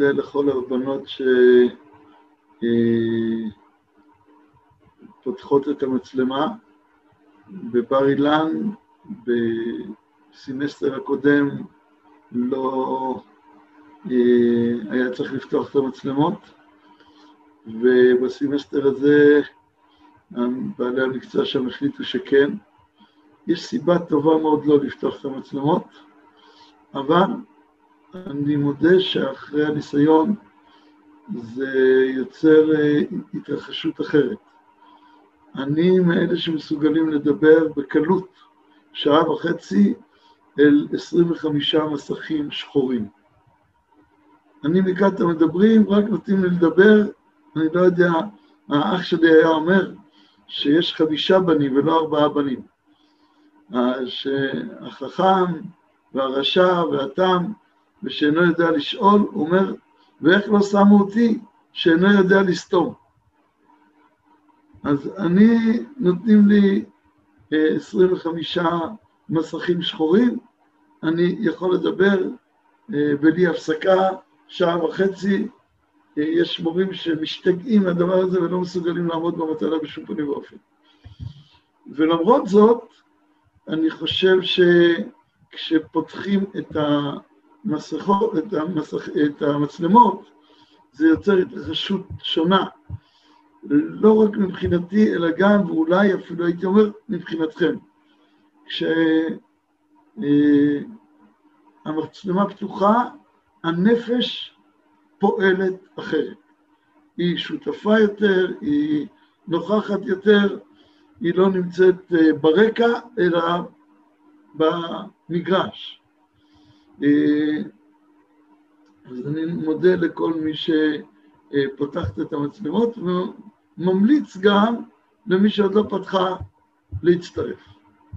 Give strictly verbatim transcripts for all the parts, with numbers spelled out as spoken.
מודה לכל הבנות שפותחות את המצלמה. בבר אילן, בסמסטר הקודם, לא היה צריך לפתוח את המצלמות, ובסמסטר הזה בעלי המקצוע שם החליטו שכן. יש סיבה טובה מאוד לא לפתוח את המצלמות, אבל אני מודה שאחרי הניסיון זה יוצר התרחשות אחרת. אני מאלה שמסוגלים לדבר בקלות שעה וחצי אל עשרים וחמישה מסכים שחורים. אני מכאן מדברים, רק נותנים לי לדבר, אני לא יודע, האח שלי היה אומר שיש חמישה בנים ולא ארבעה בנים. שהחכם והרשע והתם ושאינו יודע לשאול, הוא אומר, ואיך לא שמו אותי שאינו יודע לסתום. אז אני, נותנים לי עשרים וחמישה מסכים שחורים, אני יכול לדבר בלי הפסקה, שעה וחצי. יש מורים שמשתגעים מהדבר הזה ולא מסוגלים לעמוד במטלה בשום פנים ואופן. ולמרות זאת, אני חושב שכשפותחים את המסכות, את, המסכ... את המצלמות, זה יוצר התרחשות שונה. לא רק מבחינתי, אלא גם, ואולי אפילו הייתי אומר, מבחינתכם. כשהמצלמה פתוחה, הנפש פועלת אחרת. היא שותפה יותר, היא נוכחת יותר, היא לא נמצאת ברקע, אלא במגרש. אז אני מודה לכל מי שפותחת את המצלמות, וממליץ גם למי שעוד לא פתחה להצטרף.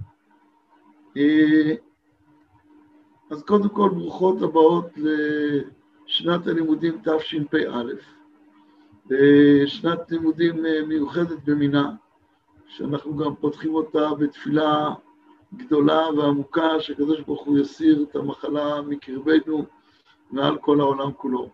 אז קודם כל ברוכות הבאות לשנת הלימודים תשפ"א, שנת לימודים מיוחדת במינה, שאנחנו גם פותחים אותה בתפילה גדולה ועמוקה, שקדוש ברוך הוא יסיר את המחלה מקרבנו מעל כל העולם כולו.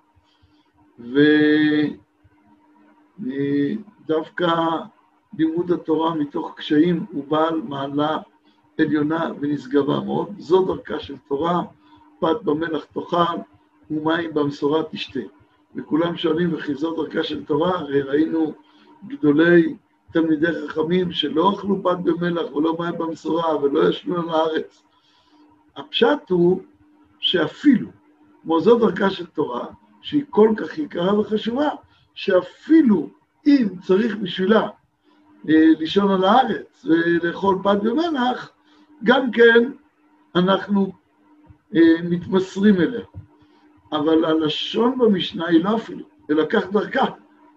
ודווקא לימוד התורה מתוך קשיים הוא בעל מעלה עליונה ונשגבה מאוד. זו דרכה של תורה, פת במלח תאכל ומים במשורה תשתה. וכולם שואלים, וכי זו דרכה של תורה? הרי ראינו גדולי תלמידי חכמים שלא אכלו פת במלח ולא מים במשורה ולא ישנו על הארץ. הפשט הוא שאפילו, כמו זו דרכה של תורה, שהיא כל כך יקרה וחשובה, שאפילו אם צריך בשבילה אה, לישון על הארץ ולאכול פת במלח, גם כן אנחנו אה, מתמסרים אליה. אבל הלשון במשנה היא לא אפילו, אלא כך דרכה.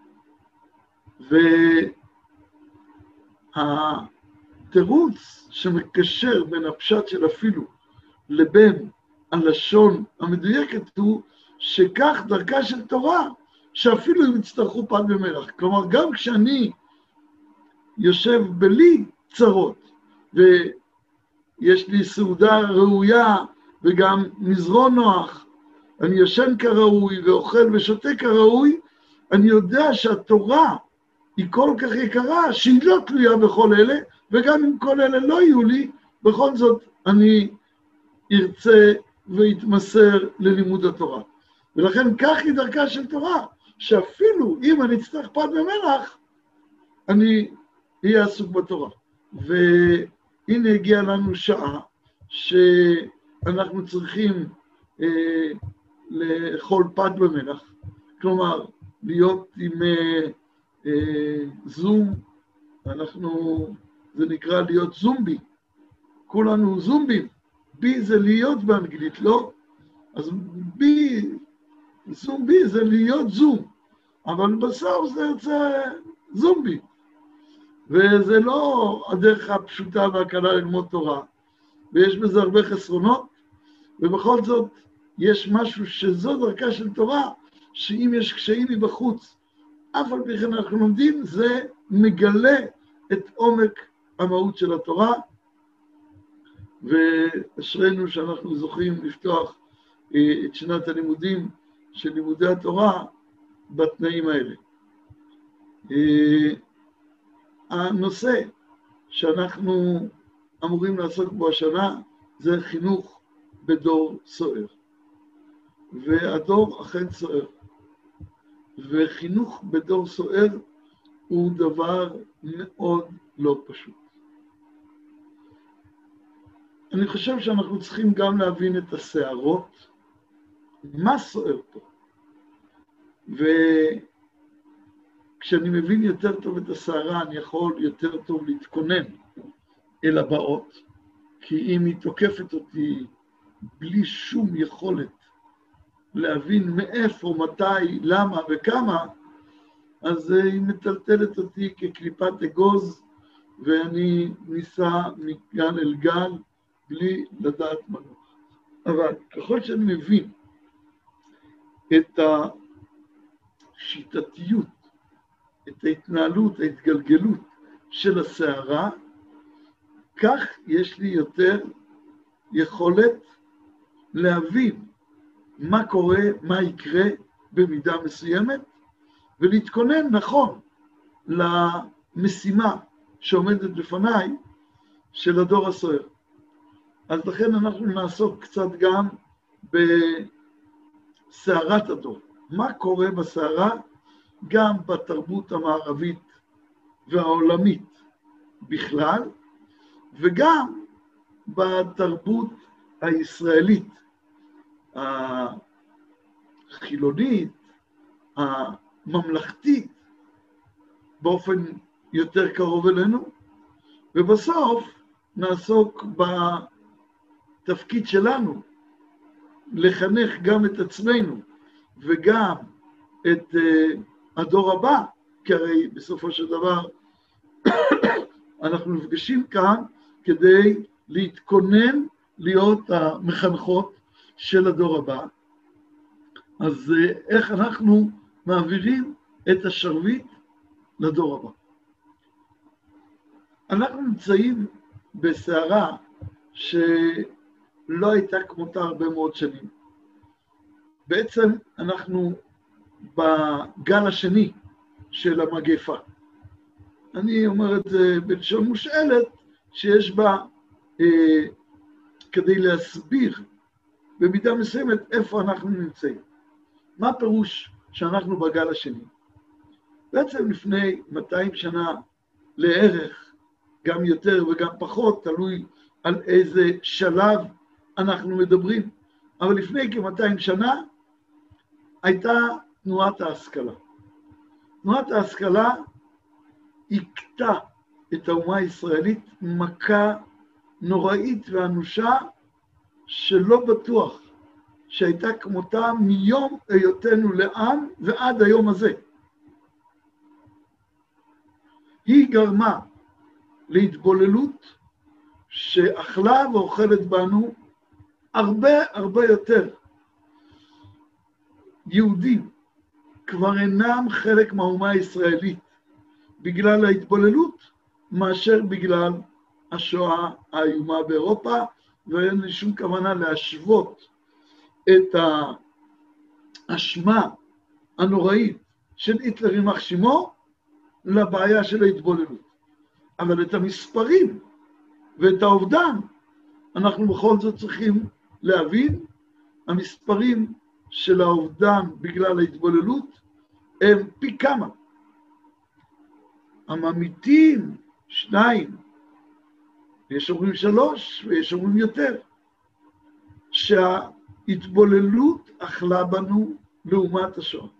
והתירוץ שמקשר בין הפשט של אפילו לבין הלשון המדויקת הוא שכך דרכה של תורה, שאפילו אם יצטרכו פת במלח. כלומר, גם כשאני יושב בלי צרות, ויש לי סעודה ראויה וגם מזרון נוח, אני ישן כראוי ואוכל ושותה כראוי, אני יודע שהתורה היא כל כך יקרה שהיא לא תלויה בכל אלה, וגם אם כל אלה לא יהיו לי, בכל זאת אני ארצה ויתמסר ללימוד התורה. ולכן כך היא דרכה של תורה, שאפילו אם אני אצטרך פת במלח, אני אהיה עסוק בתורה. והנה הגיעה לנו שעה שאנחנו צריכים אה, לאכול פת במלח, כלומר להיות עם אה, אה, זום, אנחנו, זה נקרא להיות זומבי, כולנו זומבים, בי זה להיות באנגלית, לא? אז בי, זומבי זה להיות זום, אבל בסוף זה יוצא זומבי, וזה לא הדרך הפשוטה והקלה ללמוד תורה, ויש בזה הרבה חסרונות, ובכל זאת יש משהו שזו דרכה של תורה, שאם יש קשיים מבחוץ, אף על פי כן אנחנו לומדים, זה מגלה את עומק המהות של התורה, ואשרינו שאנחנו זוכים לפתוח את שנת הלימודים של לימודי התורה בתנאים האלה. הנושא שאנחנו אמורים לעסוק בו השנה זה חינוך בדור סוער. והדור אכן סוער. וחינוך בדור סוער הוא דבר מאוד לא פשוט. אני חושב שאנחנו צריכים גם להבין את הסערות, מה סוער פה. וכשאני מבין יותר טוב את הסערה, אני יכול יותר טוב להתכונן אל הבאות, כי אם היא תוקפת אותי בלי שום יכולת להבין מאיפה, מתי, למה וכמה, אז היא מטלטלת אותי כקליפת אגוז, ואני ניסע מגן אל גן בלי לדעת מנוח. אבל ככל שאני מבין את השיטתיות, את ההתנהלות, ההתגלגלות של הסערה, כך יש לי יותר יכולת להבין מה קורה, מה יקרה במידה מסוימת, ולהתכונן נכון למשימה שעומדת לפניי של הדור הסוער. אז לכן אנחנו נעסוק קצת גם בסערת הדור. מה קורה בסערה גם בתרבות המערבית והעולמית בכלל, וגם בתרבות הישראלית, החילונית, הממלכתית, באופן יותר קרוב אלינו, ובסוף נעסוק בתפקיד שלנו, לחנך גם את עצמנו, וגם את uh, הדור הבא, כי הרי בסופו של דבר אנחנו נפגשים כאן כדי להתכונן להיות המחנכות של הדור הבא. אז uh, איך אנחנו מעבירים את השרביט לדור הבא? אנחנו נמצאים בסערה שלא הייתה כמותה הרבה מאוד שנים. בעצם אנחנו בגל השני של המגפה. אני אומר את זה בלשון מושאלת, שיש בה אה, כדי להסביר במידה מסוימת איפה אנחנו נמצאים. מה הפירוש שאנחנו בגל השני? בעצם לפני מאתיים שנה לערך, גם יותר וגם פחות, תלוי על איזה שלב אנחנו מדברים. אבל לפני כ-מאתיים שנה הייתה תנועת ההשכלה. תנועת ההשכלה הכתה את האומה הישראלית מכה נוראית ואנושה שלא בטוח שהייתה כמותה מיום היותנו לעם ועד היום הזה. היא גרמה להתבוללות שאכלה ואוכלת בנו הרבה הרבה יותר. יהודים כבר אינם חלק מהאומה הישראלית בגלל ההתבוללות, מאשר בגלל השואה האיומה באירופה, ואין לי שום כוונה להשוות את האשמה הנוראית של היטלר יימח שמו לבעיה של ההתבוללות. אבל את המספרים ואת האובדן אנחנו בכל זאת צריכים להבין. המספרים של האובדן בגלל ההתבוללות הם פי כמה. הממיתים שניים, יש אומרים שלוש ויש אומרים יותר, שההתבוללות אכלה בנו לעומת השואה.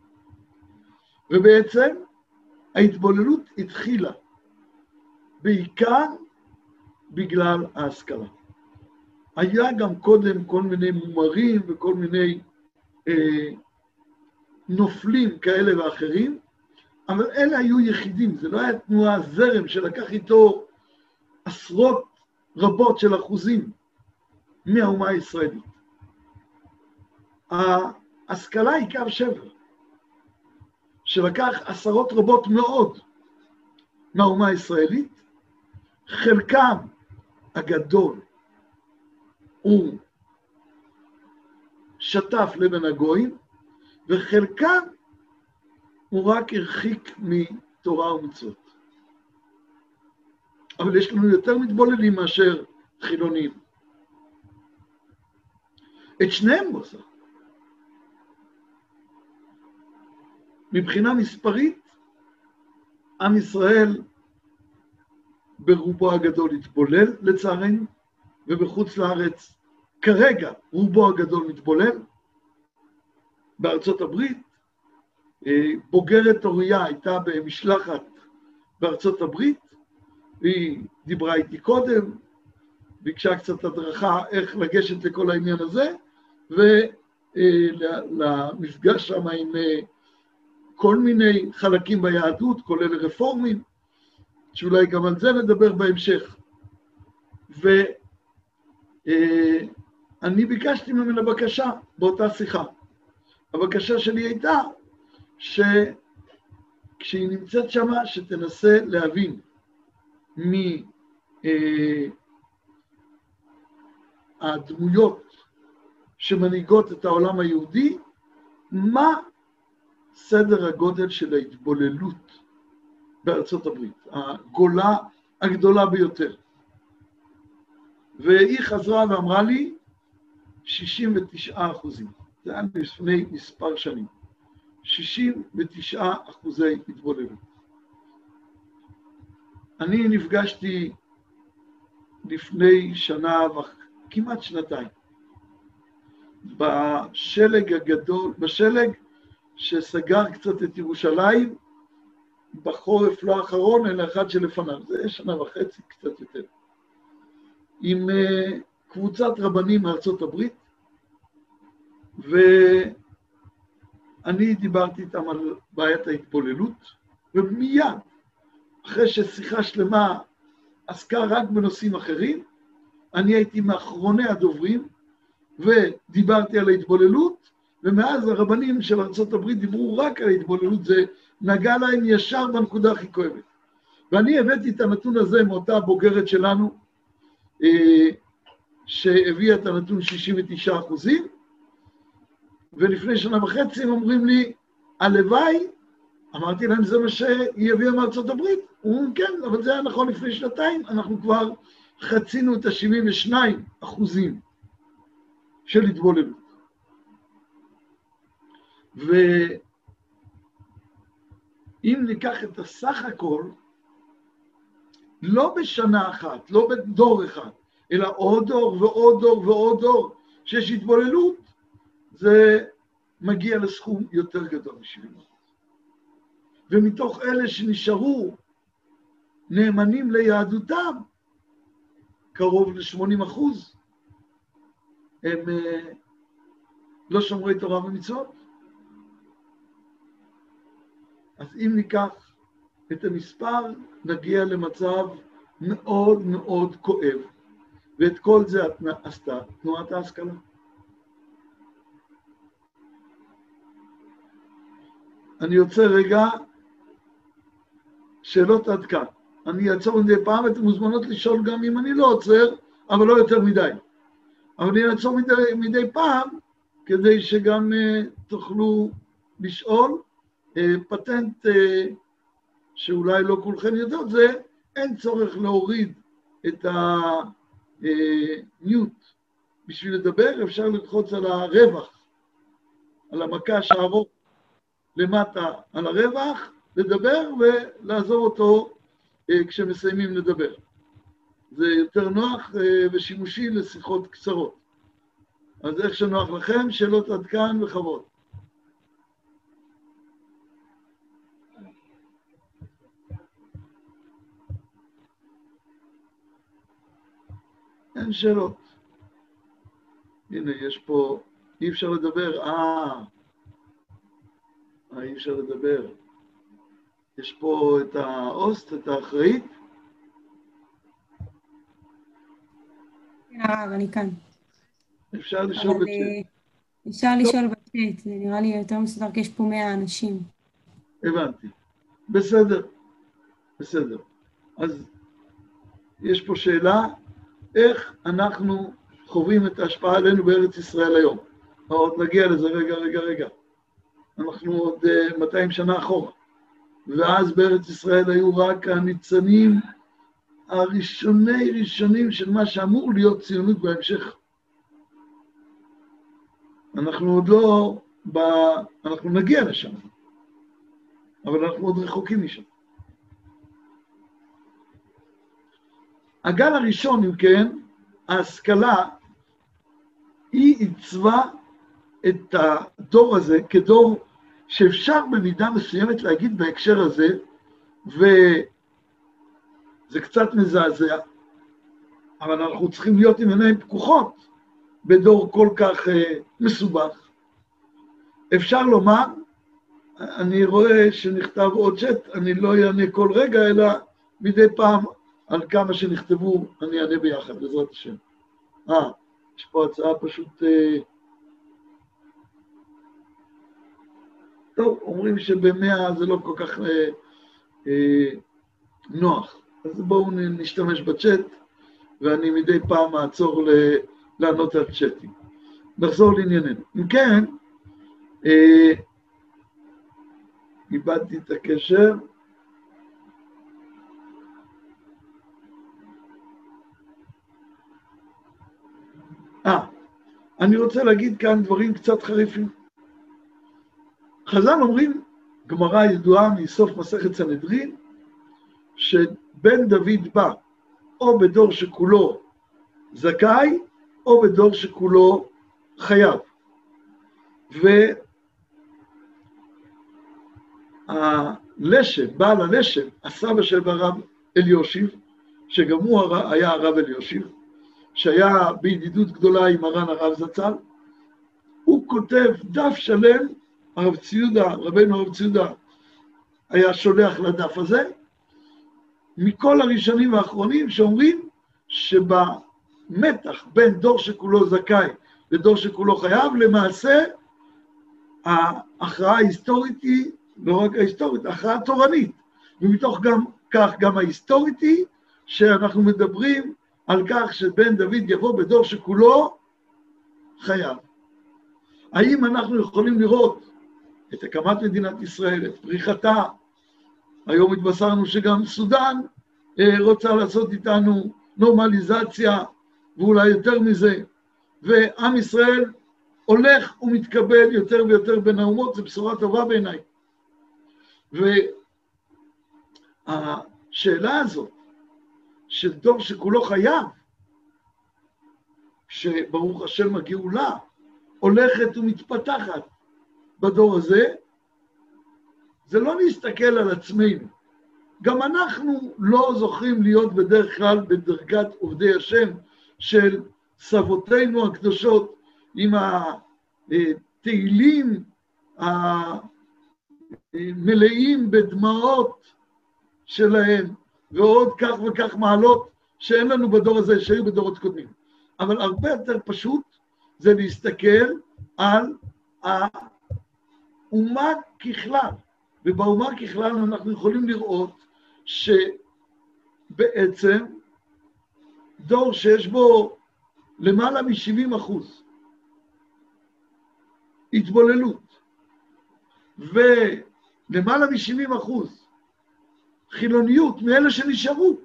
ובעצם ההתבוללות התחילה בעיקר בגלל ההשכלה. היה גם קודם כל מיני מומרים וכל מיני אה, נופלים כאלה ואחרים, אבל אלה היו יחידים, זה לא היה תנועה זרם שלקח איתו עשרות רבות של אחוזים מהאומה הישראלית. ההשכלה היא קו שבר, שלקח עשרות רבות מאוד מהאומה הישראלית, חלקם הגדול הוא שטף לבן הגויים, וחלקם הוא רק הרחיק מתורה ומצוות. אבל יש לנו יותר מתבוללים מאשר חילונים. את שניהם הוא עשה. מבחינה מספרית, עם ישראל ברובו הגדול התבולל לצערנו, ובחוץ לארץ כרגע רובו הגדול מתבולל. בארצות הברית, בוגרת אוריה הייתה במשלחת בארצות הברית, והיא דיברה איתי קודם, ביקשה קצת הדרכה איך לגשת לכל העניין הזה, ולמפגש שם עם כל מיני חלקים ביהדות, כולל רפורמים, שאולי גם על זה נדבר בהמשך. ואני ביקשתי ממנה בקשה באותה שיחה. הבקשה שלי הייתה שכשהיא נמצאת שם, שתנסה להבין מהדמויות שמנהיגות את העולם היהודי, מה סדר הגודל של ההתבוללות בארצות הברית, הגולה הגדולה ביותר. והיא חזרה ואמרה לי, שישים ותשעה אחוזים. זה היה לפני מספר שנים. שישים ותשעה אחוזי התבוללות. אני נפגשתי לפני שנה וכמעט שנתיים, בשלג הגדול, בשלג שסגר קצת את ירושלים, בחורף לא האחרון, אלא אחד שלפניו, זה שנה וחצי, קצת יותר, עם קבוצת רבנים מארצות הברית, ואני דיברתי איתם על בעיית ההתבוללות, ומיד, אחרי ששיחה שלמה עסקה רק בנושאים אחרים, אני הייתי מאחרוני הדוברים, ודיברתי על ההתבוללות, ומאז הרבנים של ארצות הברית דיברו רק על ההתבוללות, זה נגע להם ישר בנקודה הכי כואבת. ואני הבאתי את הנתון הזה מאותה בוגרת שלנו, שהביאה את הנתון שישים ותשעה אחוזים, ולפני שנה וחצי הם אומרים לי, הלוואי, אמרתי להם, זה מה שהיא הביאה מארצות הברית. הוא אומר, כן, אבל זה היה נכון לפני שנתיים, אנחנו כבר חצינו את ה-שבעים ושניים אחוזים של התבוללות. ואם ניקח את הסך הכל, לא בשנה אחת, לא בדור אחד, אלא עוד דור ועוד דור ועוד דור שיש התבוללות, זה מגיע לסכום יותר גדול בשבילנו. ומתוך אלה שנשארו נאמנים ליהדותם, קרוב ל-שמונים אחוז, הם לא שומרי תורה ומצוות. אז אם ניקח את המספר, נגיע למצב מאוד מאוד כואב, ואת כל זה עשתה תנועת ההשכלה. אני יוצא רגע, שאלות עד כאן. אני אעצור מדי פעם, אתם מוזמנות לשאול גם אם אני לא עוצר, אבל לא יותר מדי. אבל אני אעצור מדי, מדי פעם, כדי שגם uh, תוכלו לשאול. Uh, פטנט uh, שאולי לא כולכם יודעות, זה אין צורך להוריד את המיוט uh, בשביל לדבר, אפשר ללחוץ על הרווח, על המקש הארוך למטה על הרווח, לדבר ולעזור אותו uh, כשמסיימים לדבר. זה יותר נוח uh, ושימושי לשיחות קצרות. אז איך שנוח לכם, שאלות עד כאן וחוות. אין שאלות. הנה, יש פה, אי אפשר לדבר, אה, אי אפשר לדבר. יש פה את האוסט, את האחראית. כן, הרב, אני כאן. אפשר לשאול בצ'אט. אפשר לשאול בצ'אט, זה נראה לי יותר מסודר, כי יש פה מאה אנשים. הבנתי. בסדר, בסדר. אז יש פה שאלה, איך אנחנו חווים את ההשפעה עלינו בארץ ישראל היום? עוד נגיע לזה, רגע, רגע, רגע. אנחנו עוד מאתיים שנה אחורה, ואז בארץ ישראל היו רק הניצנים הראשוני ראשונים של מה שאמור להיות ציונות בהמשך. אנחנו עוד לא, ב... אנחנו נגיע לשם, אבל אנחנו עוד רחוקים משם. הגל הראשון, אם כן, ההשכלה, היא עיצבה את הדור הזה כדור שאפשר במידה מסוימת להגיד בהקשר הזה, וזה קצת מזעזע, אבל אנחנו צריכים להיות עם עיניים פקוחות בדור כל כך uh, מסובך. אפשר לומר, אני רואה שנכתב עוד צ'אט, אני לא אענה כל רגע, אלא מדי פעם על כמה שנכתבו, אני אענה ביחד, בעזרת השם. אה, יש פה הצעה פשוט... Uh, טוב, אומרים שבמאה זה לא כל כך אה, אה, נוח. אז בואו נשתמש בצ'אט, ואני מדי פעם אעצור ל- לענות על צ'אטים. נחזור לענייננו. אם כן, אה, איבדתי את הקשר. אה, אני רוצה להגיד כאן דברים קצת חריפים. חז"ל אומרים, גמרא ידועה מסוף מסכת סנהדרין, שבן דוד בא או בדור שכולו זכאי, או בדור שכולו חייב. והלשם, בעל הלשם, הסבא של הרב אליושיב, שגם הוא היה הרב אליושיב, שהיה בידידות גדולה עם מרן הרב זצ"ל, הוא כותב דף שלם, הרב ציודה, רבנו הרב ציודה, היה שולח לדף הזה, מכל הראשונים והאחרונים שאומרים שבמתח בין דור שכולו זכאי לדור שכולו חייב, למעשה ההכרעה ההיסטורית היא, לא רק ההיסטורית, ההכרעה התורנית, ומתוך גם, כך גם ההיסטורית היא, שאנחנו מדברים על כך שבן דוד יבוא בדור שכולו חייב. האם אנחנו יכולים לראות את הקמת מדינת ישראל, את פריחתה? היום התבשרנו שגם סודן רוצה לעשות איתנו נורמליזציה, ואולי יותר מזה, ועם ישראל הולך ומתקבל יותר ויותר בין האומות, זו בשורה טובה בעיניי. והשאלה הזאת, של דור שכולו חייב, שברוך השם הגאולה, הולכת ומתפתחת בדור הזה, זה לא להסתכל על עצמנו. גם אנחנו לא זוכים להיות בדרך כלל בדרגת עובדי השם של סבותינו הקדושות, עם התהילים המלאים בדמעות שלהם, ועוד כך וכך מעלות שאין לנו בדור הזה, שהיו בדורות קודמים. אבל הרבה יותר פשוט זה להסתכל על האומה ככלל. ובאומה ככלל אנחנו יכולים לראות שבעצם דור שיש בו למעלה מ-שבעים אחוז התבוללות, ולמעלה מ-שבעים אחוז חילוניות מאלה שנשארו,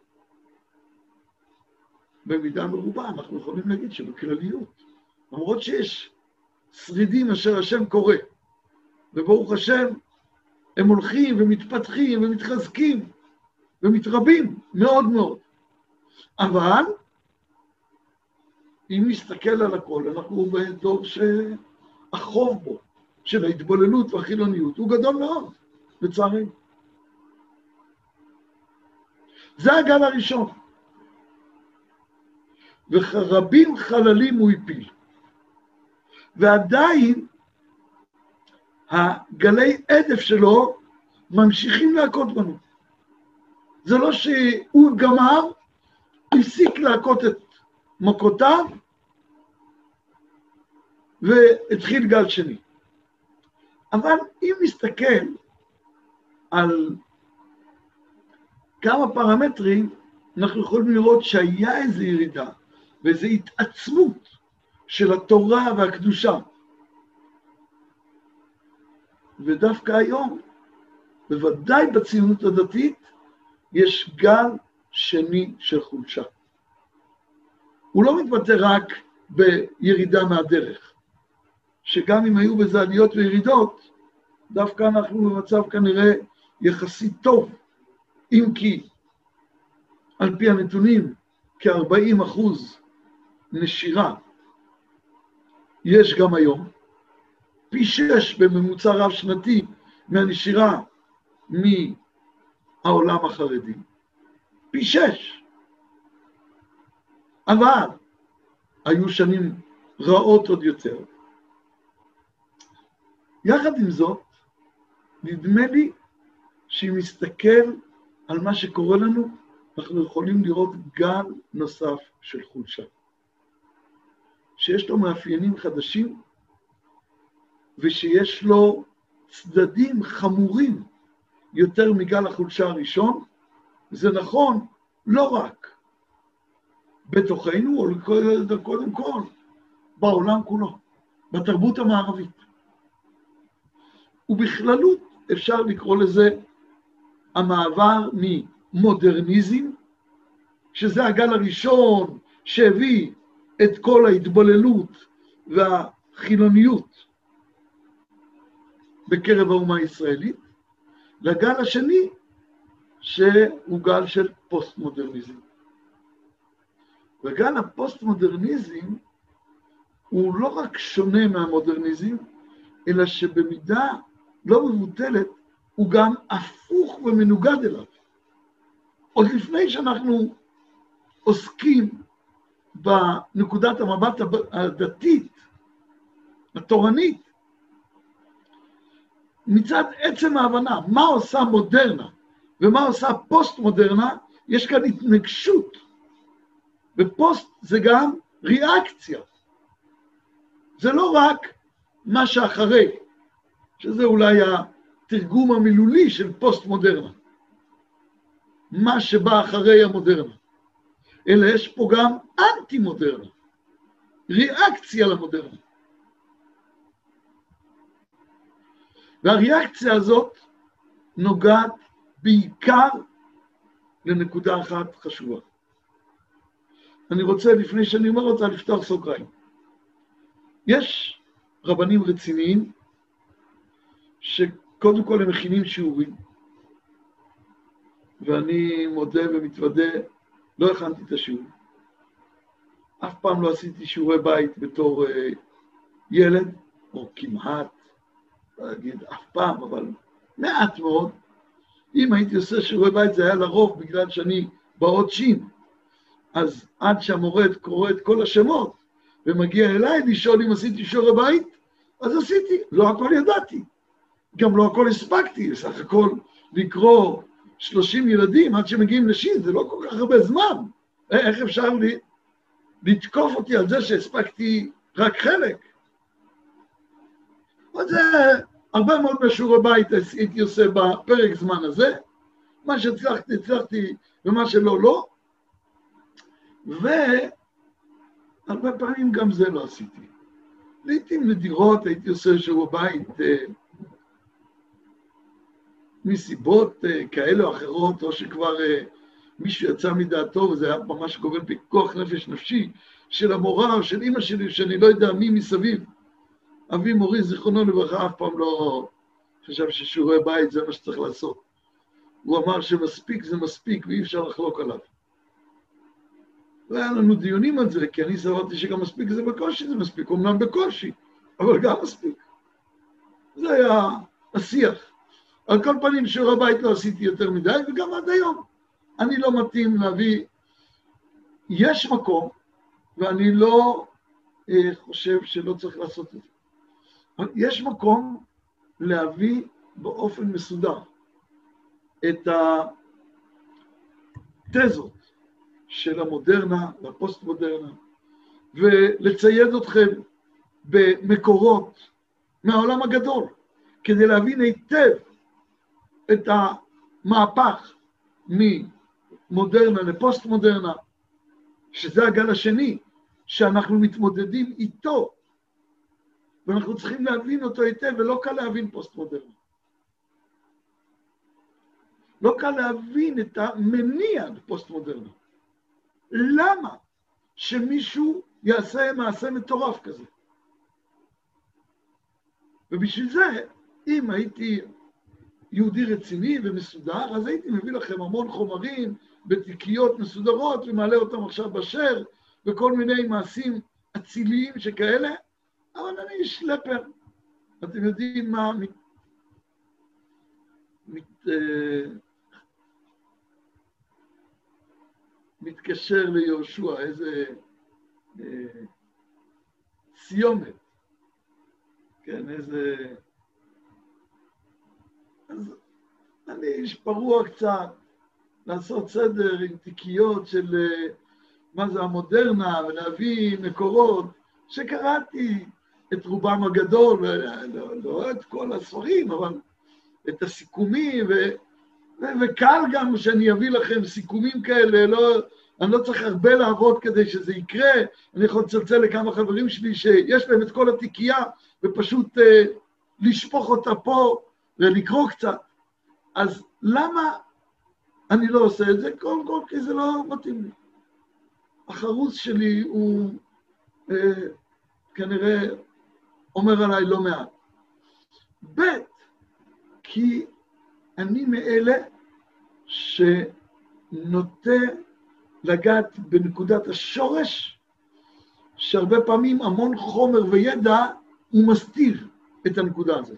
במידה מרובה אנחנו יכולים להגיד שבכלליות, למרות שיש שרידים אשר השם קורא, וברוך השם הם הולכים ומתפתחים ומתחזקים ומתרבים מאוד מאוד. אבל אם נסתכל על הכל, אנחנו בדור שהחוב בו של ההתבוללות והחילוניות הוא גדול מאוד, לצערנו. זה הגל הראשון. ורבים חללים הוא הפיל. ועדיין הגלי עדף שלו ממשיכים להכות בנו. זה לא שהוא גמר, הפסיק להכות את מכותיו, והתחיל גל שני. אבל אם נסתכל על כמה פרמטרים, אנחנו יכולים לראות שהיה איזו ירידה, ואיזו התעצמות של התורה והקדושה. ודווקא היום, בוודאי בציונות הדתית, יש גל שני של חולשה. הוא לא מתבטא רק בירידה מהדרך, שגם אם היו בזה עליות וירידות, דווקא אנחנו במצב כנראה יחסית טוב, אם כי על פי הנתונים כ-ארבעים אחוז נשירה יש גם היום, פי שש בממוצע רב שנתי מהנשירה מהעולם החרדי, פי שש. אבל היו שנים רעות עוד יותר. יחד עם זאת, נדמה לי שאם נסתכל על מה שקורה לנו, אנחנו יכולים לראות גל נוסף של חולשה, שיש לו מאפיינים חדשים, ושיש לו צדדים חמורים יותר מגל החולשה הראשון. זה נכון לא רק בתוכנו, או קודם כל בעולם כולו, בתרבות המערבית. ובכללות אפשר לקרוא לזה המעבר ממודרניזם, שזה הגל הראשון שהביא את כל ההתבוללות והחילוניות בקרב האומה הישראלית, לגל השני שהוא גל של פוסט-מודרניזם. וגל הפוסט-מודרניזם הוא לא רק שונה מהמודרניזם, אלא שבמידה לא מבוטלת הוא גם הפוך ומנוגד אליו. עוד לפני שאנחנו עוסקים בנקודת המבט הדתית, התורנית, מצד עצם ההבנה, מה עושה מודרנה ומה עושה פוסט-מודרנה, יש כאן התנגשות. ופוסט זה גם ריאקציה. זה לא רק מה שאחרי, שזה אולי התרגום המילולי של פוסט-מודרנה, מה שבא אחרי המודרנה, אלא יש פה גם אנטי-מודרנה, ריאקציה למודרנה. והריאקציה הזאת נוגעת בעיקר לנקודה אחת חשובה. אני רוצה, לפני שאני אומר אותה, לפתוח סוגריים. יש רבנים רציניים, שקודם כל הם מכינים שיעורים, ואני מודה ומתוודה, לא הכנתי את השיעור. אף פעם לא עשיתי שיעורי בית בתור uh, ילד, או כמעט, לא אגיד אף פעם, אבל מעט מאוד. אם הייתי עושה שיעורי בית זה היה לרוב בגלל שאני באות שין. אז עד שהמורה קורא את כל השמות ומגיע אליי לשאול אם עשיתי שיעורי בית, אז עשיתי. לא הכל ידעתי. גם לא הכל הספקתי, סך הכל לקרוא שלושים ילדים עד שמגיעים לשין, זה לא כל כך הרבה זמן. איך אפשר לי לתקוף אותי על זה שהספקתי רק חלק? אז זה הרבה מאוד בשיעורי בית הייתי עושה בפרק זמן הזה, מה שהצלחתי, הצלחתי, ומה שלא, לא. והרבה פעמים גם זה לא עשיתי. לעתים נדירות הייתי עושה שיעורי בית אה, מסיבות אה, כאלה או אחרות, או שכבר אה, מישהו יצא מדעתו, וזה היה ממש גובל בכוח נפש נפשי של המורה או של אמא שלי, שאני לא יודע מי מסביב. אבי מורי, זיכרונו לברכה, אף פעם לא חשב ששיעורי בית זה מה שצריך לעשות. הוא אמר שמספיק זה מספיק ואי אפשר לחלוק עליו. והיה לנו דיונים על זה, כי אני סברתי שגם מספיק זה בקושי, זה מספיק, אומנם בקושי, אבל גם מספיק. זה היה השיח. על כל פנים, שיעורי בית לא עשיתי יותר מדי, וגם עד היום. אני לא מתאים להביא, יש מקום, ואני לא אה, חושב שלא צריך לעשות את זה. יש מקום להביא באופן מסודר את התזות של המודרנה והפוסט-מודרנה, ולצייד אתכם במקורות מהעולם הגדול, כדי להבין היטב את המהפך ממודרנה לפוסט-מודרנה, שזה הגל השני שאנחנו מתמודדים איתו ואנחנו צריכים להבין אותו היטב, ולא קל להבין פוסט-מודרנה. לא קל להבין את המניע בפוסט-מודרנה. למה שמישהו יעשה מעשה מטורף כזה? ובשביל זה, אם הייתי יהודי רציני ומסודר, אז הייתי מביא לכם המון חומרים בתיקיות מסודרות, ומעלה אותם עכשיו בשר, וכל מיני מעשים אציליים שכאלה, אבל אני שלפר. אתם יודעים מה מת, מת, אה, מתקשר ליהושע, איזה אה, סיומת, כן, איזה... אז אני איש פרוע קצת, לעשות סדר עם תיקיות של אה, מה זה המודרנה, ולהביא מקורות, שקראתי את רובם הגדול, ולא, לא את כל הספרים, אבל את הסיכומים, ו, ו, וקל גם שאני אביא לכם סיכומים כאלה, לא, אני לא צריך הרבה לעבוד כדי שזה יקרה, אני יכול לצלצל לכמה חברים שלי שיש להם את כל התיקייה, ופשוט אה, לשפוך אותה פה ולקרוא קצת. אז למה אני לא עושה את זה? קודם כל, כי זה לא מתאים לי. החרוץ שלי הוא אה, כנראה אומר עליי לא מעט. ב' כי אני מאלה שנוטה לגעת בנקודת השורש, שהרבה פעמים המון חומר וידע הוא מסתיר את הנקודה הזאת.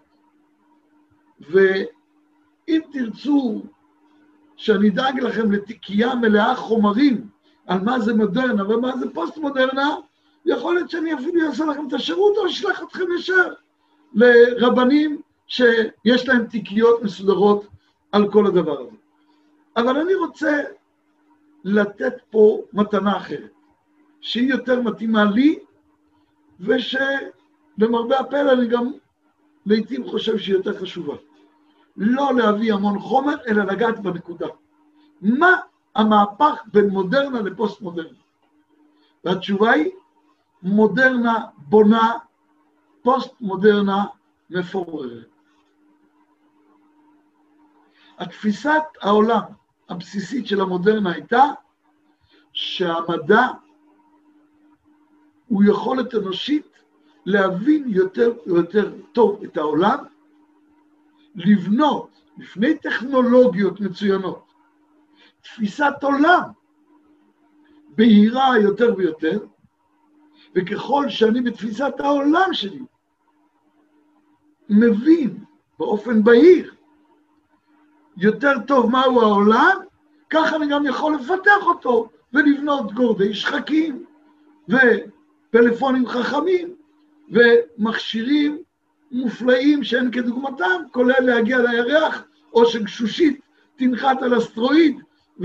ואם תרצו שאני אדאג לכם לתיקייה מלאה חומרים על מה זה מודרנה ומה זה פוסט-מודרנה, יכול להיות שאני אפילו אעשה לכם את השירות או אשלח אתכם ישר לרבנים שיש להם תיקיות מסודרות על כל הדבר הזה. אבל אני רוצה לתת פה מתנה אחרת, שהיא יותר מתאימה לי, ושבמרבה הפלא אני גם לעתים חושב שהיא יותר חשובה. לא להביא המון חומר, אלא לגעת בנקודה. מה המהפך בין מודרנה לפוסט-מודרנה? והתשובה היא, מודרנה בונה, פוסט-מודרנה מפוררת. התפיסת העולם הבסיסית של המודרנה הייתה שהמדע הוא יכולת אנושית להבין יותר ויותר טוב את העולם, לבנות לפני טכנולוגיות מצוינות, תפיסת עולם בהירה יותר ויותר, וככל שאני בתפיסת העולם שלי מבין באופן בהיר יותר טוב מהו העולם, ככה אני גם יכול לפתח אותו ולבנות גורדי שחקים ופלאפונים חכמים ומכשירים מופלאים שאין כדוגמתם, כולל להגיע לירח, או שגשושית תנחת על אסטרואיד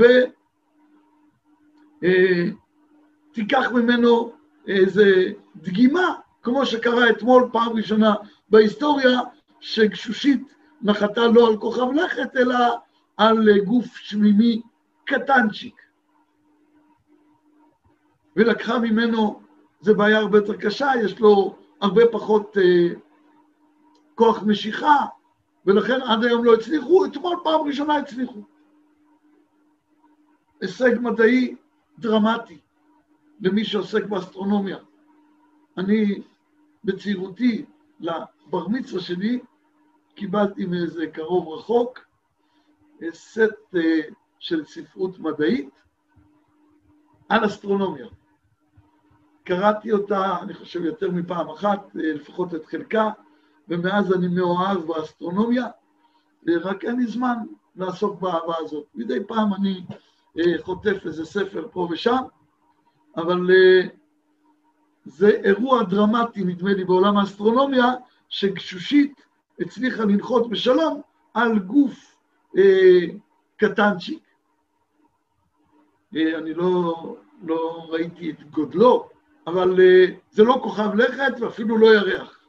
ותיקח ממנו איזה דגימה, כמו שקרה אתמול פעם ראשונה בהיסטוריה, שגשושית נחתה לא על כוכב לכת, אלא על גוף שמימי קטנצ'יק. ולקחה ממנו, זה בעיה הרבה יותר קשה, יש לו הרבה פחות אה, כוח משיכה, ולכן עד היום לא הצליחו, אתמול פעם ראשונה הצליחו. הישג מדעי דרמטי למי שעוסק באסטרונומיה. אני בצעירותי לבר מצווה שלי, קיבלתי מאיזה קרוב רחוק, סט של ספרות מדעית על אסטרונומיה. קראתי אותה, אני חושב, יותר מפעם אחת, לפחות את חלקה, ומאז אני מאוהב באסטרונומיה, רק אין לי זמן לעסוק באהבה הזאת. מדי פעם אני חוטף איזה ספר פה ושם, אבל זה אירוע דרמטי, נדמה לי, בעולם האסטרונומיה, שגשושית הצליחה לנחות בשלום על גוף אה, קטנצ'יק. אה, אני לא, לא ראיתי את גודלו, אבל אה, זה לא כוכב לכת ואפילו לא ירח.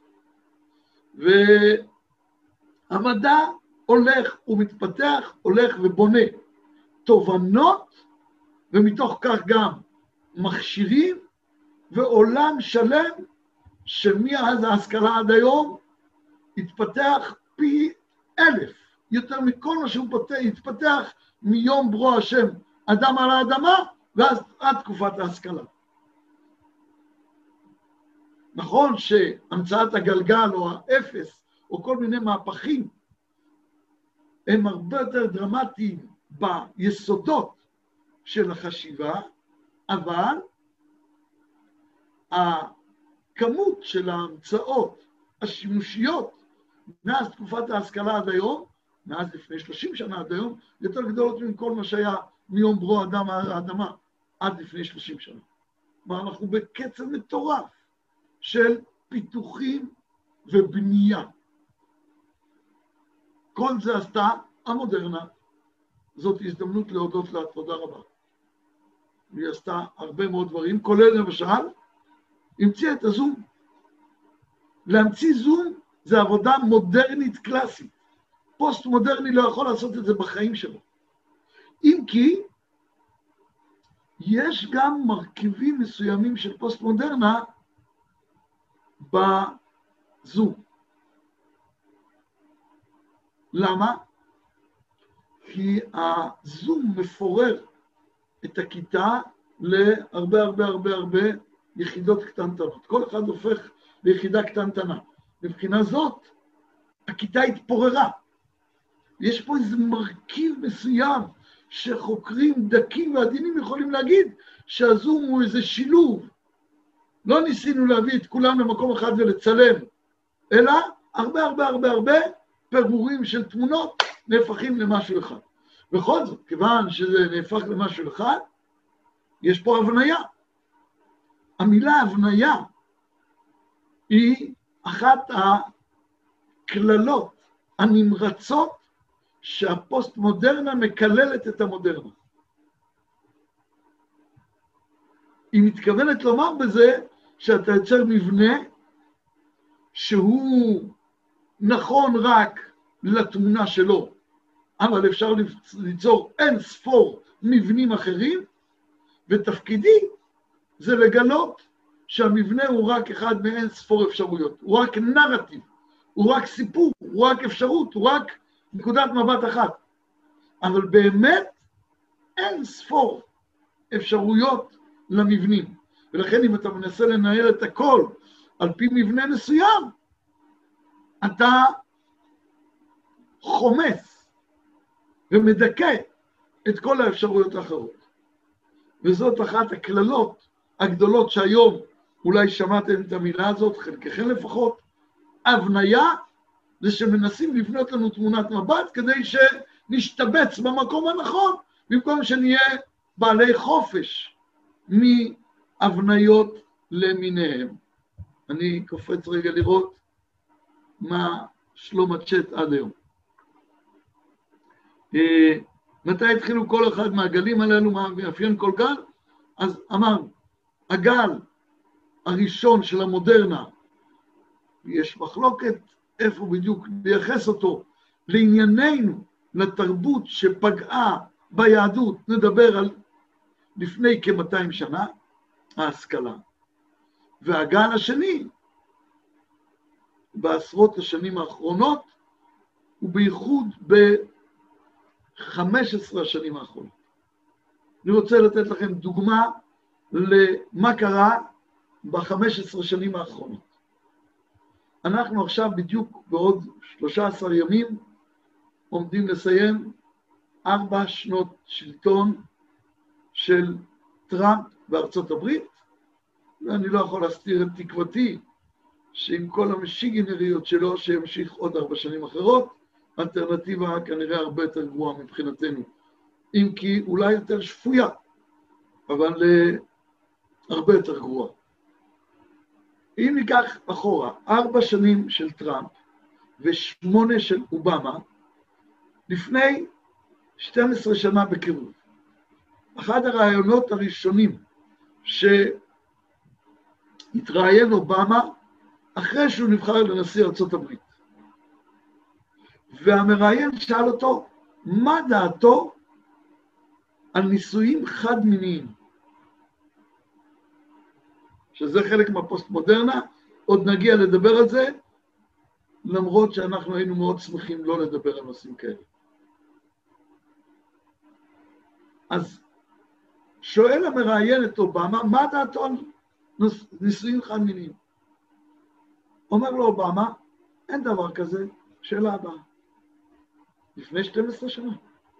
והמדע הולך ומתפתח, הולך ובונה תובנות, ומתוך כך גם מכשירים, ועולם שלם שמאז ההשכלה עד היום התפתח פי אלף, יותר מכל מה שהוא פתח, התפתח מיום ברוא השם אדם על האדמה, ואז עד תקופת ההשכלה. נכון שהמצאת הגלגל או האפס, או כל מיני מהפכים, הם הרבה יותר דרמטיים ביסודות של החשיבה, אבל הכמות של ההמצאות השימושיות מאז תקופת ההשכלה עד היום, מאז לפני שלושים שנה עד היום, יותר גדולות מכל מה שהיה מיום ברוא אדם האדמה עד לפני שלושים שנה. כלומר, אנחנו בקצב מטורף של פיתוחים ובנייה. כל זה עשתה המודרנה. זאת הזדמנות להודות לה, תודה רבה. היא עשתה הרבה מאוד דברים, כולל למשל, המציאה את הזום. להמציא זום זה עבודה מודרנית קלאסית. פוסט מודרני לא יכול לעשות את זה בחיים שלו. אם כי, יש גם מרכיבים מסוימים של פוסט מודרנה בזום. למה? כי הזום מפורר את הכיתה להרבה הרבה הרבה הרבה יחידות קטנטנות. כל אחד הופך ליחידה קטנטנה. מבחינה זאת, הכיתה התפוררה. יש פה איזה מרכיב מסוים שחוקרים דקים ועדינים יכולים להגיד שהזום הוא איזה שילוב. לא ניסינו להביא את כולם למקום אחד ולצלם, אלא הרבה הרבה הרבה הרבה פירורים של תמונות נהפכים למשהו אחד. בכל זאת, כיוון שזה נהפך למשהו אחד, יש פה הבניה. המילה הבניה היא אחת הכללות הנמרצות שהפוסט-מודרנה מקללת את המודרנה. היא מתכוונת לומר בזה שאתה יוצר מבנה שהוא נכון רק לתמונה שלו, אבל אפשר ליצור אין ספור מבנים אחרים, ותפקידי זה לגלות שהמבנה הוא רק אחד מאין ספור אפשרויות, הוא רק נרטיב, הוא רק סיפור, הוא רק אפשרות, הוא רק נקודת מבט אחת. אבל באמת אין ספור אפשרויות למבנים. ולכן אם אתה מנסה לנהל את הכל על פי מבנה מסוים, אתה חומס ומדכא את כל האפשרויות האחרות. וזאת אחת הכללות הגדולות שהיום אולי שמעתם את המילה הזאת, חלקכם לפחות, הבניה זה שמנסים לבנות לנו תמונת מבט כדי שנשתבץ במקום הנכון, במקום שנהיה בעלי חופש מהבניות למיניהם. אני קופץ רגע לראות מה שלום הצ'אט עד היום. מתי התחילו כל אחד מהגלים הללו, מה מאפיין כל גל? אז אמרנו, הגל הראשון של המודרנה, יש מחלוקת איפה בדיוק לייחס אותו לענייננו, לתרבות שפגעה ביהדות, נדבר על לפני כ-מאתיים שנה, ההשכלה. והגל השני, בעשרות השנים האחרונות, ובייחוד ב-חמש עשרה השנים האחרונות. אני רוצה לתת לכם דוגמה למה קרה ב-חמש עשרה שנים האחרונות. אנחנו עכשיו בדיוק בעוד שלושה עשר ימים עומדים לסיים ארבע שנות שלטון של טראמפ בארצות הברית, ואני לא יכול להסתיר את תקוותי שעם כל המשיגינריות שלו שימשיך עוד ארבע שנים אחרות, אלטרנטיבה כנראה הרבה יותר גרועה מבחינתנו, אם כי אולי יותר שפויה, אבל הרבה יותר גרועה. אם ניקח אחורה, ארבע שנים של טראמפ ושמונה של אובמה, לפני שתים עשרה שנה בקירוב, אחד הרעיונות הראשונים שהתראיין אובמה אחרי שהוא נבחר לנשיא ארצות הברית. והמראיין שאל אותו, מה דעתו על נישואים חד מיניים? שזה חלק מהפוסט-מודרנה, עוד נגיע לדבר על זה, למרות שאנחנו היינו מאוד שמחים לא לדבר על נושאים כאלה. אז שואל המראיין את אובמה, מה דעתו על נישואים חד מיניים? אומר לו אובמה, אין דבר כזה, שאלה הבאה. לפני שתים עשרה שנה.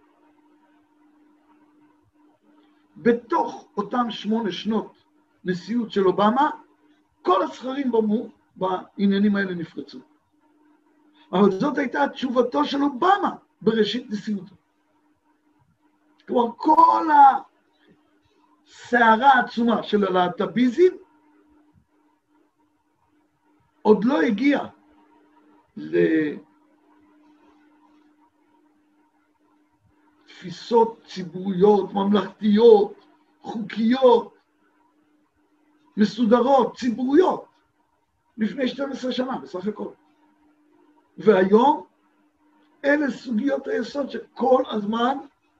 בתוך אותם שמונה שנות נשיאות של אובמה, כל הסחרים במו, בעניינים האלה נפרצו. אבל זאת הייתה תשובתו של אובמה בראשית נשיאותו. כלומר, כל הסערה העצומה של הלהט"ביזם עוד לא הגיעה לתפיסות ציבוריות, ממלכתיות, חוקיות, מסודרות, ציבוריות, לפני שתים עשרה שנה, בסך הכל. והיום, אלה סוגיות היסוד שכל הזמן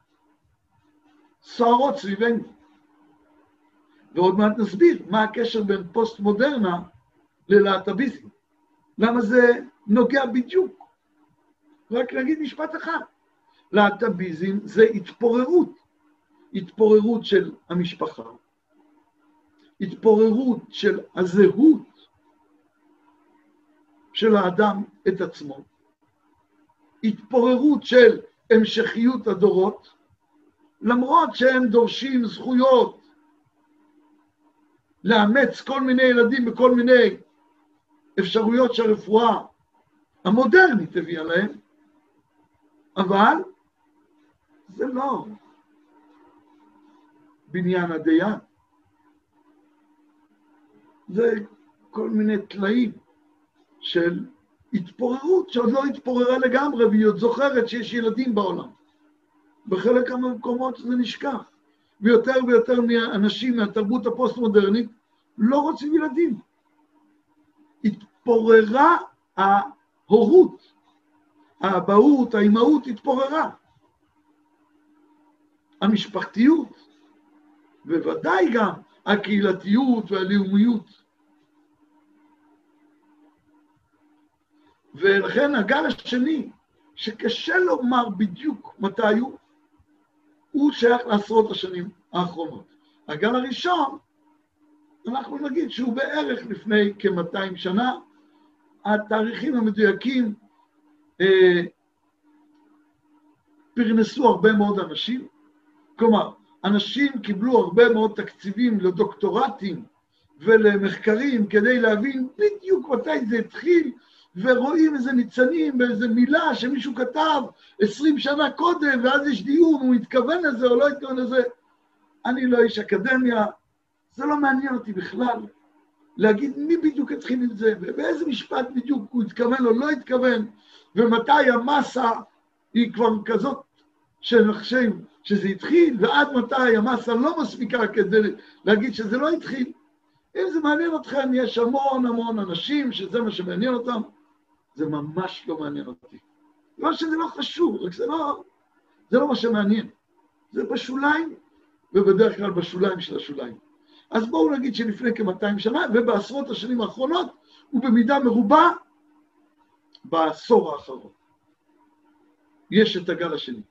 סוערות סביבנו. ועוד מעט נסביר מה הקשר בין פוסט-מודרנה ללהט"ביזם. למה זה נוגע בדיוק? רק נגיד משפט אחד. להט"ביזם זה התפוררות. התפוררות של המשפחה. התפוררות של הזהות של האדם את עצמו. התפוררות של המשכיות הדורות, למרות שהם דורשים זכויות לאמץ כל מיני ילדים בכל מיני אפשרויות שהרפואה המודרנית הביאה להם, אבל זה לא בניין הדיין. זה כל מיני תלאים של התפוררות שעוד לא התפוררה לגמרי, והיא עוד זוכרת שיש ילדים בעולם. בחלק מהמקומות זה נשכח. ויותר ויותר מהאנשים מהתרבות הפוסט-מודרנית לא רוצים ילדים. התפוררה ההורות, האבהות, האימהות התפוררה. המשפחתיות, בוודאי גם הקהילתיות והלאומיות. ולכן הגל השני, שקשה לומר בדיוק מתי הוא, הוא שייך לעשרות השנים האחרונות. הגל הראשון, אנחנו נגיד שהוא בערך לפני כ-מאתיים שנה, התאריכים המדויקים אה, פרנסו הרבה מאוד אנשים, כלומר, אנשים קיבלו הרבה מאוד תקציבים לדוקטורטים ולמחקרים כדי להבין בדיוק מתי זה התחיל, ורואים איזה ניצנים באיזה מילה שמישהו כתב עשרים שנה קודם, ואז יש דיון, הוא התכוון לזה או לא התכוון לזה. אני לא איש אקדמיה, זה לא מעניין אותי בכלל להגיד מי בדיוק התחיל עם זה, ובאיזה משפט בדיוק הוא התכוון או לא התכוון, ומתי המסה היא כבר כזאת שנחשב שזה התחיל, ועד מתי המסה לא מספיקה כדי להגיד שזה לא התחיל. אם זה מעניין אתכם, יש המון המון אנשים שזה מה שמעניין אותם, זה ממש לא מעניין אותי. לא שזה לא חשוב, רק זה לא, זה לא מה שמעניין. זה בשוליים, ובדרך כלל בשוליים של השוליים. אז בואו נגיד שלפני כ-מאתיים שנה, ובעשרות השנים האחרונות, ובמידה מרובה, בעשור האחרון. יש את הגל השני.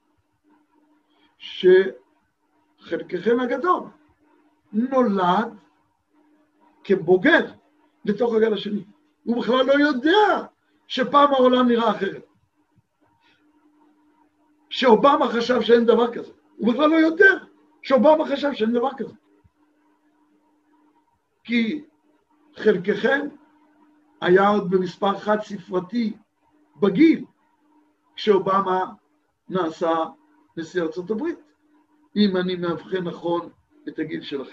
שחלקכם הגדול נולד כבוגר לתוך הגל השני. הוא בכלל לא יודע שפעם העולם נראה אחרת. שאובמה חשב שאין דבר כזה. הוא בכלל לא יודע שאובמה חשב שאין דבר כזה. כי חלקכם היה עוד במספר חד ספרתי בגיל, כשאובמה נעשה נשיא ארצות הברית, אם אני מאבחן נכון את הגיל שלכם.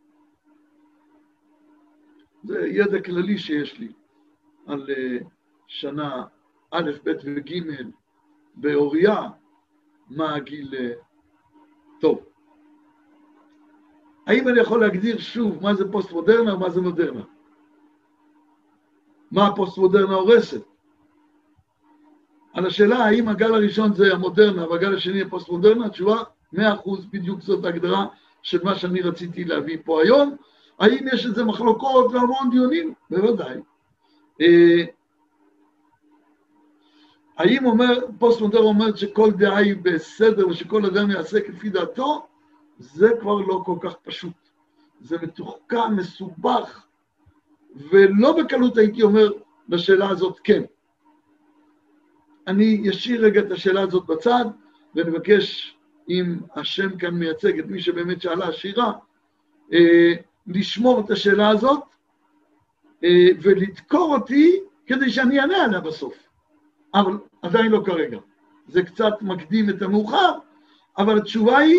זה ידע כללי שיש לי על שנה א', ב' וג' באוריה, מה הגיל טוב. האם אני יכול להגדיר שוב מה זה פוסט-מודרנה או מה זה מודרנה? מה הפוסט-מודרנה הורסת? על השאלה האם הגל הראשון זה המודרנה והגל השני הפוסט-מודרנה, התשובה מאה אחוז בדיוק זאת ההגדרה של מה שאני רציתי להביא פה היום. האם יש איזה מחלוקות והמון דיונים? בוודאי. האם אומר, פוסט מודרן אומרת שכל דעה היא בסדר ושכל אדם יעשה כפי דעתו? זה כבר לא כל כך פשוט. זה מתוחכם, מסובך, ולא בקלות הייתי אומר לשאלה הזאת כן. אני ישאיר רגע את השאלה הזאת בצד, ונבקש, אם השם כאן מייצג את מי שבאמת שאלה השירה, אה, לשמור את השאלה הזאת, אה, ולדקור אותי כדי שאני אענה עליה בסוף. אבל עדיין לא כרגע. זה קצת מקדים את המאוחר, אבל התשובה היא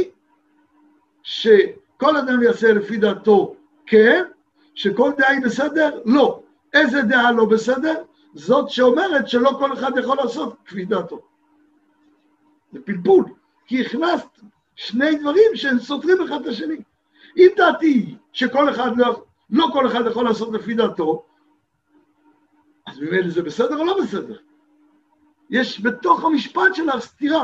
שכל אדם יעשה לפי דעתו כן, שכל דעה היא בסדר? לא. איזה דעה לא בסדר? זאת שאומרת שלא כל אחד יכול לעשות כפי דעתו. זה פלפול, כי הכנסת שני דברים שהם סותרים אחד את השני. אם דעתי שכל אחד לא, לא כל אחד יכול לעשות לפי דעתו, אז ממילא זה בסדר או לא בסדר? יש בתוך המשפט שלך סתירה.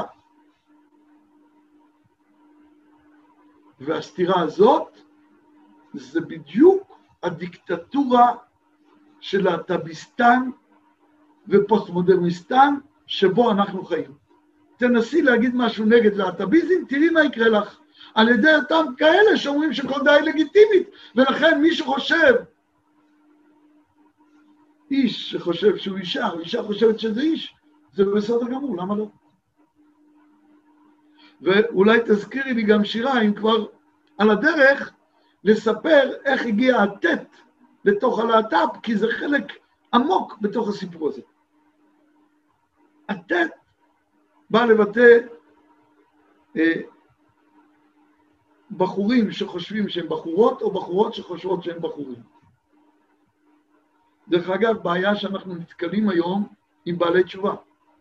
והסתירה הזאת זה בדיוק הדיקטטורה של הטביסטן ופוסט-מודרניסטן שבו אנחנו חיים. תנסי להגיד משהו נגד להטביזם, תראי מה יקרה לך. על ידי אותם כאלה שאומרים שכל דעה היא לגיטימית, ולכן מי שחושב, איש שחושב שהוא אישה, או אישה חושבת שזה איש, זה בסדר גמור, למה לא? ואולי תזכירי לי גם שירה, אם כבר על הדרך, לספר איך הגיע הטט לתוך הלהט"ב, כי זה חלק עמוק בתוך הסיפור הזה. הטט בא לבטא אה, בחורים שחושבים שהם בחורות, או בחורות שחושבות שהם בחורים. דרך אגב, בעיה שאנחנו נתקלים היום עם בעלי תשובה.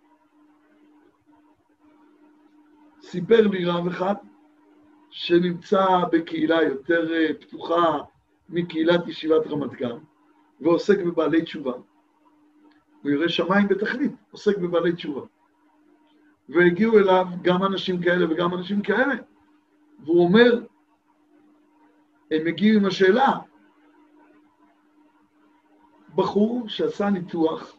סיפר לי רב אחד, שנמצא בקהילה יותר פתוחה מקהילת ישיבת רמת גן, ועוסק בבעלי תשובה. הוא ירא שמיים בתכלית, עוסק בבעלי תשובה. והגיעו אליו גם אנשים כאלה וגם אנשים כאלה. והוא אומר, הם הגיעו עם השאלה, בחור שעשה ניתוח,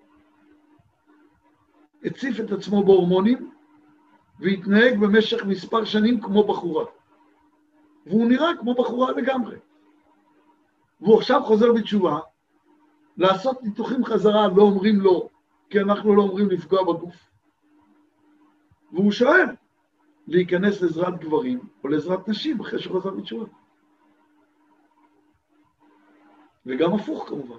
הציף את עצמו בהורמונים, והתנהג במשך מספר שנים כמו בחורה. והוא נראה כמו בחורה לגמרי. והוא עכשיו חוזר בתשובה, לעשות ניתוחים חזרה לא אומרים לו, כי אנחנו לא אומרים לפגוע בגוף. והוא שואל, להיכנס לעזרת גברים או לעזרת נשים אחרי שחוזר בתשובה. וגם הפוך כמובן.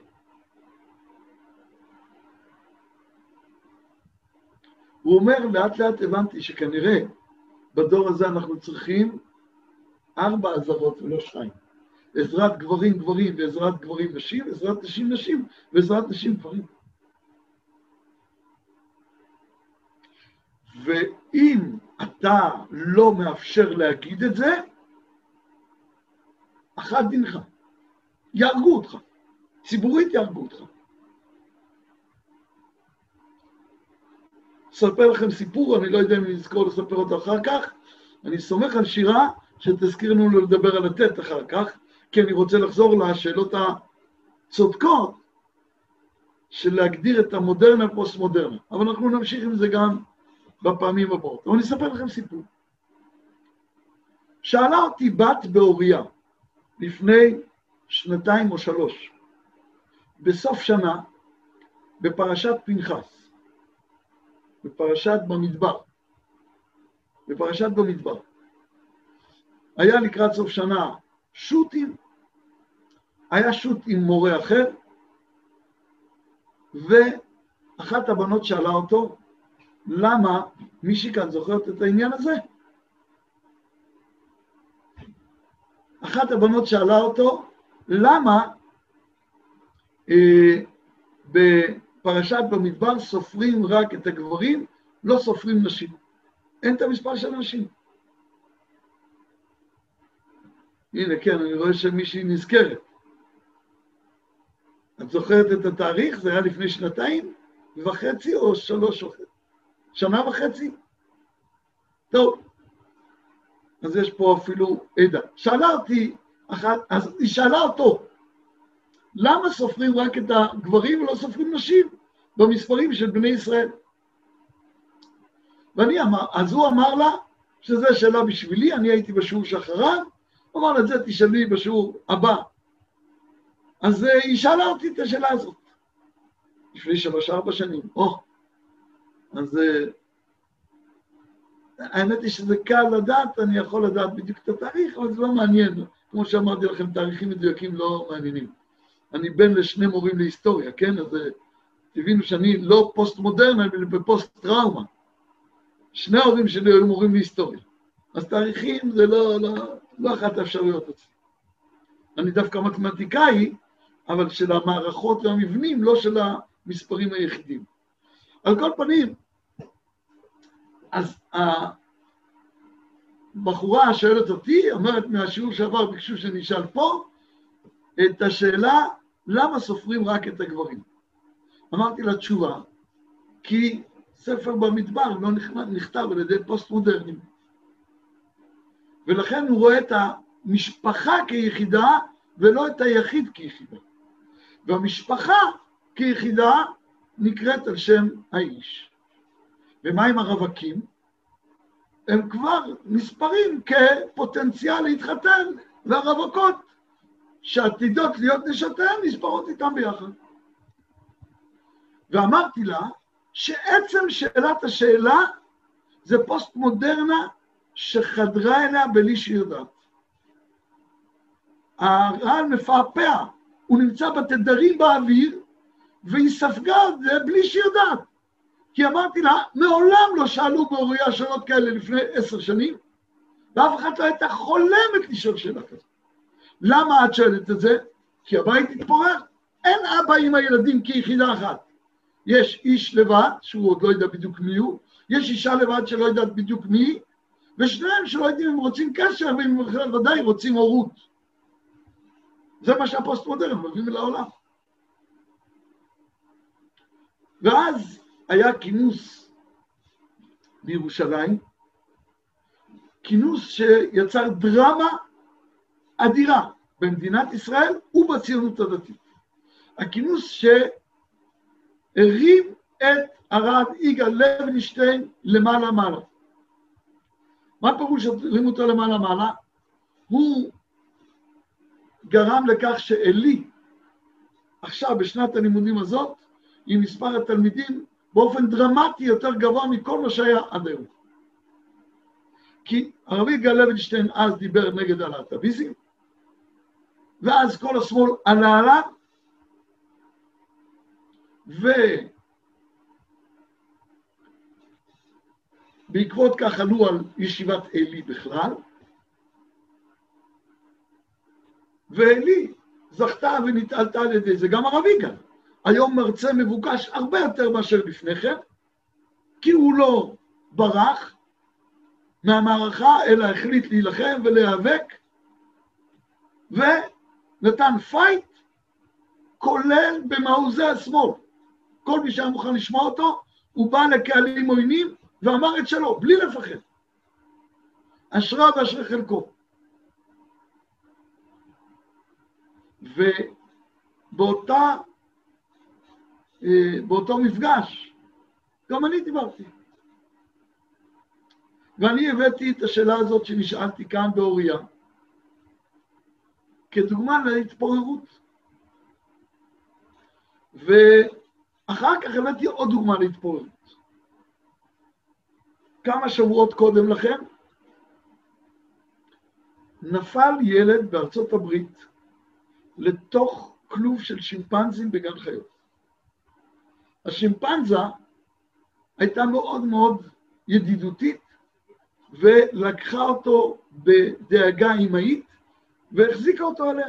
הוא אומר, לאט לאט הבנתי שכנראה בדור הזה אנחנו צריכים ארבע עזרות ולא שתיים. עזרת גברים גברים ועזרת גברים נשים, עזרת נשים נשים ועזרת נשים גברים. ואם אתה לא מאפשר להגיד את זה, אחד דינך. יהרגו אותך. ציבורית יהרגו אותך. אספר לכם סיפור, אני לא יודע אם נזכור לספר אותו אחר כך. אני סומך על שירה שתזכיר לנו לדבר על הטט אחר כך, כי אני רוצה לחזור לשאלות הצודקות של להגדיר את המודרנה פוסט-מודרנה. אבל אנחנו נמשיך עם זה גם בפעמים הבאות. אבל אני אספר לכם סיפור. שאלה אותי בת באוריה, לפני שנתיים או שלוש, בסוף שנה, בפרשת פנחס, בפרשת במדבר, בפרשת במדבר. היה לקראת סוף שנה שוטים, היה שוט עם מורה אחר, ואחת הבנות שאלה אותו, למה, מישהי כאן זוכרת את העניין הזה? אחת הבנות שאלה אותו, למה אה, בפרשת במדבר סופרים רק את הגברים, לא סופרים נשים. אין את המספר של נשים. הנה, כן, אני רואה שמישהי נזכרת. את זוכרת את התאריך? זה היה לפני שנתיים וחצי או שלוש וחצי? שנה וחצי? טוב. אז יש פה אפילו עדה. שאלה אותי, אחת, אז היא שאלה אותו, למה סופרים רק את הגברים ולא סופרים נשים במספרים של בני ישראל? ואני אמר, אז הוא אמר לה, שזו שאלה בשבילי, אני הייתי בשיעור שאחריו, הוא אמר לה, את זה תשאלי בשיעור הבא. אז היא שאלה אותי את השאלה הזאת, לפני שלוש ארבע שנים. או, אז האמת היא שזה קל לדעת, אני יכול לדעת בדיוק את התאריך, אבל זה לא מעניין. כמו שאמרתי לכם, תאריכים מדויקים לא מעניינים. אני בן לשני מורים להיסטוריה, כן? אז תבינו שאני לא פוסט-מודרן, אני בפוסט-טראומה. שני ההורים שלי היו מורים להיסטוריה. אז תאריכים זה לא, לא, לא אחת האפשרויות אצלי. אני דווקא מתמטיקאי, אבל של המערכות והמבנים, לא של המספרים היחידים. על כל פנים, אז הבחורה שואלת אותי, אומרת מהשיעור שעבר, ביקשו שאני אשאל פה, את השאלה, למה סופרים רק את הגברים? אמרתי לה תשובה, כי ספר במדבר לא נכתב על ידי פוסט-מודרנים. ולכן הוא רואה את המשפחה כיחידה, ולא את היחיד כיחידה. והמשפחה כיחידה נקראת על שם האיש. ומה עם הרווקים? הם כבר נספרים כפוטנציאל להתחתן, והרווקות שעתידות להיות נשותיהם נספרות איתם ביחד. ואמרתי לה שעצם שאלת השאלה זה פוסט-מודרנה שחדרה אליה בלי שהיא יודעת. הרעל מפעפע, הוא נמצא בתדרים באוויר, והיא ספגה את זה בלי שהיא יודעת. כי אמרתי לה, מעולם לא שאלו באוריה שאלות כאלה לפני עשר שנים, ואף אחד לא הייתה חולמת לשאול שאלה כזאת. למה את שואלת את זה? כי הבית התפורר. אין אבא עם הילדים כיחידה אחת. יש איש לבד, שהוא עוד לא יודע בדיוק מי הוא, יש אישה לבד שלא יודעת בדיוק מי היא, ושניהם שלא יודעים אם רוצים קשר, ואם ודאי רוצים הורות. זה מה שהפוסט-מודרן מביאים לעולם. ואז היה כינוס בירושלים, כינוס שיצר דרמה אדירה במדינת ישראל ובציונות הדתית. הכינוס שהרים את הרב יגאל לוינשטיין למעלה מעלה. מה פירוש הרים אותו למעלה מעלה? הוא גרם לכך שאלי, עכשיו בשנת הלימודים הזאת, עם מספר התלמידים באופן דרמטי יותר גבוה מכל מה שהיה עד היום. כי הרב יגאל לוינשטיין אז דיבר נגד הלהט"ביזם, ואז כל השמאל עלה עליו, ובעקבות כך עלו על ישיבת אלי בכלל, ואלי זכתה ונתעלתה על ידי זה, גם הרב יגאל. היום מרצה מבוקש הרבה יותר מאשר לפני כן, כי הוא לא ברח מהמערכה, אלא החליט להילחם ולהיאבק, ונתן פייט, כולל במעוזי השמאל. כל מי שהיה מוכן לשמוע אותו, הוא בא לקהלים עוינים, ואמר את שלו, בלי לפחד. אשרה ואשרי חלקו. ובאותה, באותו מפגש, גם אני דיברתי. ואני הבאתי את השאלה הזאת שנשאלתי כאן באוריה, כדוגמה להתפוררות. ואחר כך הבאתי עוד דוגמה להתפוררות. כמה שבועות קודם לכן, נפל ילד בארצות הברית לתוך כלוב של שימפנזים בגן חיות. השימפנזה הייתה מאוד מאוד ידידותית, ולקחה אותו בדאגה אימהית, והחזיקה אותו עליה.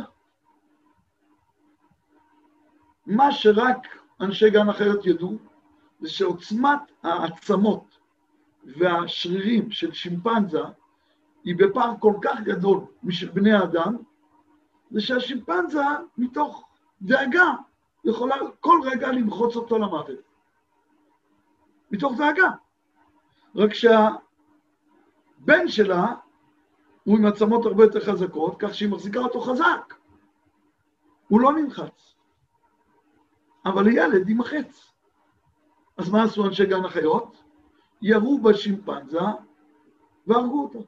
מה שרק אנשי גן החיות ידעו, זה שעוצמת העצמות והשרירים של שימפנזה, היא בפער כל כך גדול משל בני האדם, זה שהשימפנזה מתוך דאגה יכולה כל רגע למחוץ אותו למוות. מתוך דאגה. רק שהבן שלה הוא עם עצמות הרבה יותר חזקות, כך שהיא מחזיקה אותו חזק. הוא לא נמחץ, אבל הילד יימחץ. אז מה עשו אנשי גן החיות? ירו בשימפנזה והרגו אותו.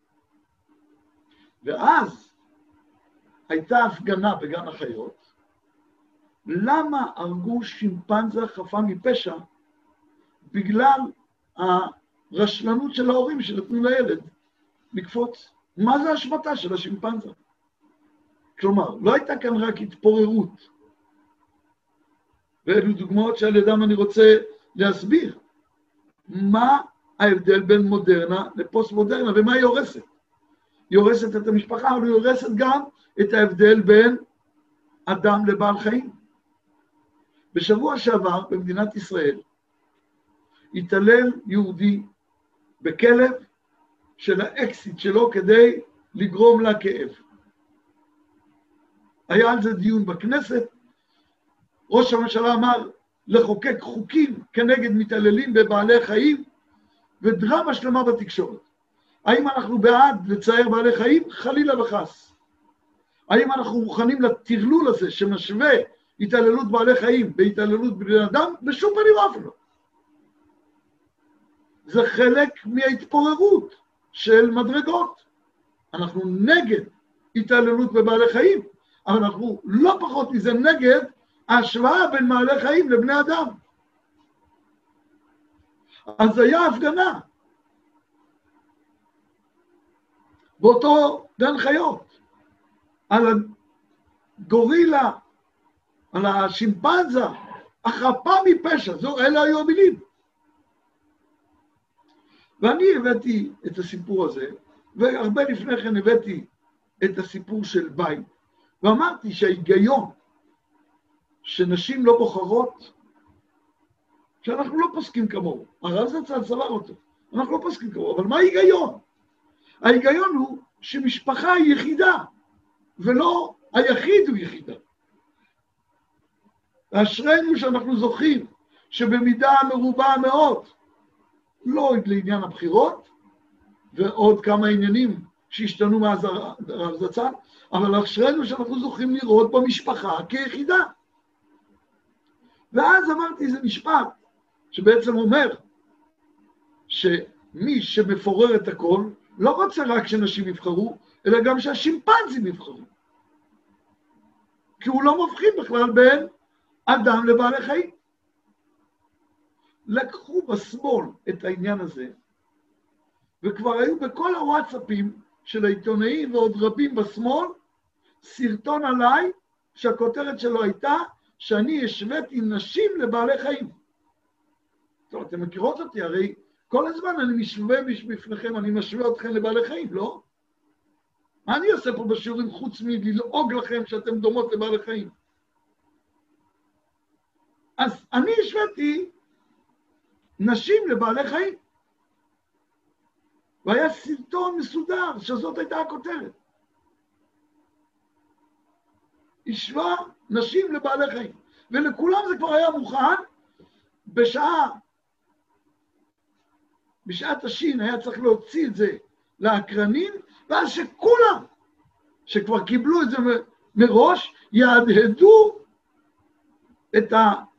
ואז הייתה הפגנה בגן החיות, למה הרגו שימפנזה חפה מפשע? בגלל הרשלנות של ההורים שנתנו לילד לקפוץ. מה זה השמטה של השימפנזה? כלומר, לא הייתה כאן רק התפוררות. ואלו דוגמאות שעל ידם אני רוצה להסביר. מה ההבדל בין מודרנה לפוסט-מודרנה, ומה היא הורסת? היא הורסת את המשפחה, אבל היא הורסת גם את ההבדל בין אדם לבעל חיים. בשבוע שעבר, במדינת ישראל, התעלל יהודי בכלב של האקסיט שלו כדי לגרום לה כאב. היה על זה דיון בכנסת, ראש הממשלה אמר לחוקק חוקים כנגד מתעללים בבעלי חיים, ודרמה שלמה בתקשורת. האם אנחנו בעד לצייר בעלי חיים? חלילה וחס. האם אנחנו מוכנים לטרלול הזה שמשווה התעללות בעלי חיים בהתעללות בבני אדם? בשום פנים ואופן לא. זה חלק מההתפוררות של מדרגות. אנחנו נגד התעללות בבעלי חיים, אבל אנחנו לא פחות מזה נגד ההשוואה בין בעלי חיים לבני אדם. אז היה הפגנה באותו גן חיות על הגורילה, על השימפנזה, החפה מפשע, זו, אלה היו המילים. ואני הבאתי את הסיפור הזה, והרבה לפני כן הבאתי את הסיפור של בית, ואמרתי שההיגיון שנשים לא בוחרות, שאנחנו לא פוסקים כמוהו, הרב זצ"ל סבר אותו, אנחנו לא פוסקים כמוהו, אבל מה ההיגיון? ההיגיון הוא שמשפחה היא יחידה, ולא היחיד הוא יחידה. אשרינו שאנחנו זוכים שבמידה מרובה מאוד, לא לעניין הבחירות, ועוד כמה עניינים שהשתנו מאז הרב זצ"ל, אבל אשרינו שאנחנו זוכים לראות במשפחה כיחידה. ואז אמרתי איזה משפט, שבעצם אומר, שמי שמפורר את הכל, לא רוצה רק שנשים יבחרו, אלא גם שהשימפנזים יבחרו. כי הוא לא מבחין בכלל בין אדם לבעלי חיים. לקחו בשמאל את העניין הזה, וכבר היו בכל הוואטסאפים של העיתונאים ועוד רבים בשמאל, סרטון עליי, שהכותרת שלו הייתה, שאני השוויתי נשים לבעלי חיים. טוב, אתם מכירות אותי, הרי כל הזמן אני משווה בפניכם, אני משווה אתכם לבעלי חיים, לא? מה אני עושה פה בשיעורים חוץ מללעוג לכם שאתם דומות לבעלי חיים? אז אני השוויתי נשים לבעלי חיים. והיה סרטון מסודר שזאת הייתה הכותרת. השווה נשים לבעלי חיים. ולכולם זה כבר היה מוכן, בשעה, בשעת השין היה צריך להוציא את זה לאקרנים, ואז שכולם, שכבר קיבלו את זה מראש, יהדהדו את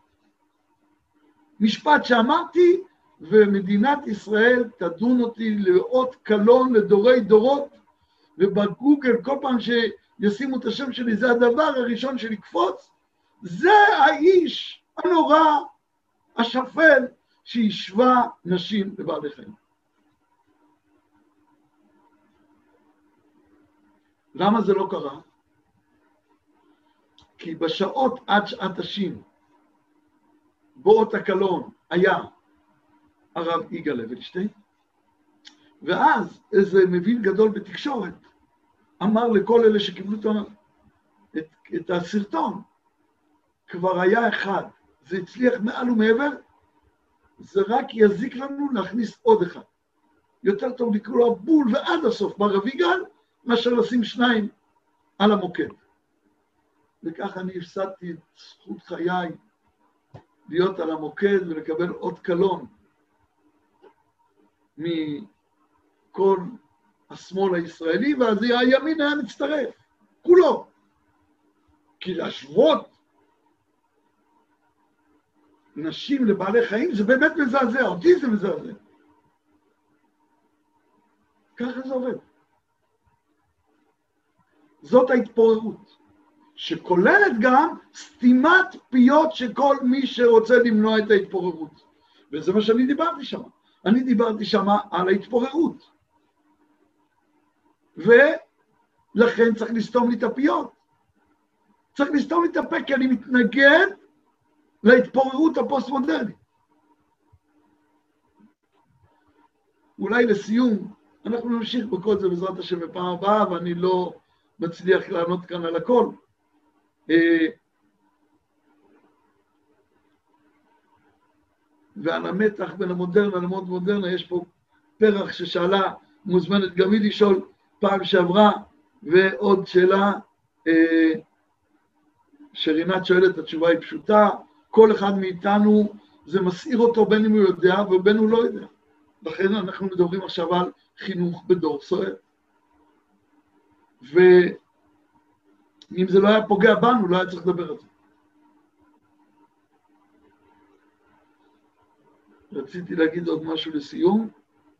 המשפט שאמרתי, ומדינת ישראל תדון אותי לאות קלון לדורי דורות, ובגוגל כל פעם שישימו את השם שלי, זה הדבר הראשון שלקפוץ, זה האיש הנורא, השפל, שהשווה נשים לבעלי חיים. למה זה לא קרה? כי בשעות עד שעת השין, באות הקלון היה הרב יגאל לוינשטיין, ואז איזה מבין גדול בתקשורת אמר לכל אלה שקיבלו את, את הסרטון, כבר היה אחד, זה הצליח מעל ומעבר, זה רק יזיק לנו להכניס עוד אחד. יותר טוב לקרוא לו בול ועד הסוף ברב יגאל, מאשר לשים שניים על המוקד. וככה אני הפסדתי את זכות חיי להיות על המוקד ולקבל עוד קלון מכל השמאל הישראלי, ואז הימין היה מצטרף, כולו. כי להשוות נשים לבעלי חיים זה באמת מזעזע, אותי זה מזעזע. ככה זה עובד. זאת ההתפוררות, שכוללת גם סתימת פיות של כל מי שרוצה למנוע את ההתפוררות. וזה מה שאני דיברתי שם. אני דיברתי שם על ההתפוררות. ולכן צריך לסתום לי את הפיות. צריך לסתום לי את הפה, כי אני מתנגד להתפוררות הפוסט-מודרנית. אולי לסיום, אנחנו נמשיך בכל זה בעזרת השם בפעם הבאה, ואני לא מצליח לענות כאן על הכל. ועל המתח בין המודרנה למוד מודרנה, יש פה פרח ששאלה, מוזמנת גם היא לשאול פעם שעברה, ועוד שאלה, שרינת שואלת, התשובה היא פשוטה, כל אחד מאיתנו זה מסעיר אותו בין אם הוא יודע ובין הוא לא יודע. לכן אנחנו מדברים עכשיו על חינוך בדור סוער. ואם זה לא היה פוגע בנו, לא היה צריך לדבר על זה. רציתי להגיד עוד משהו לסיום.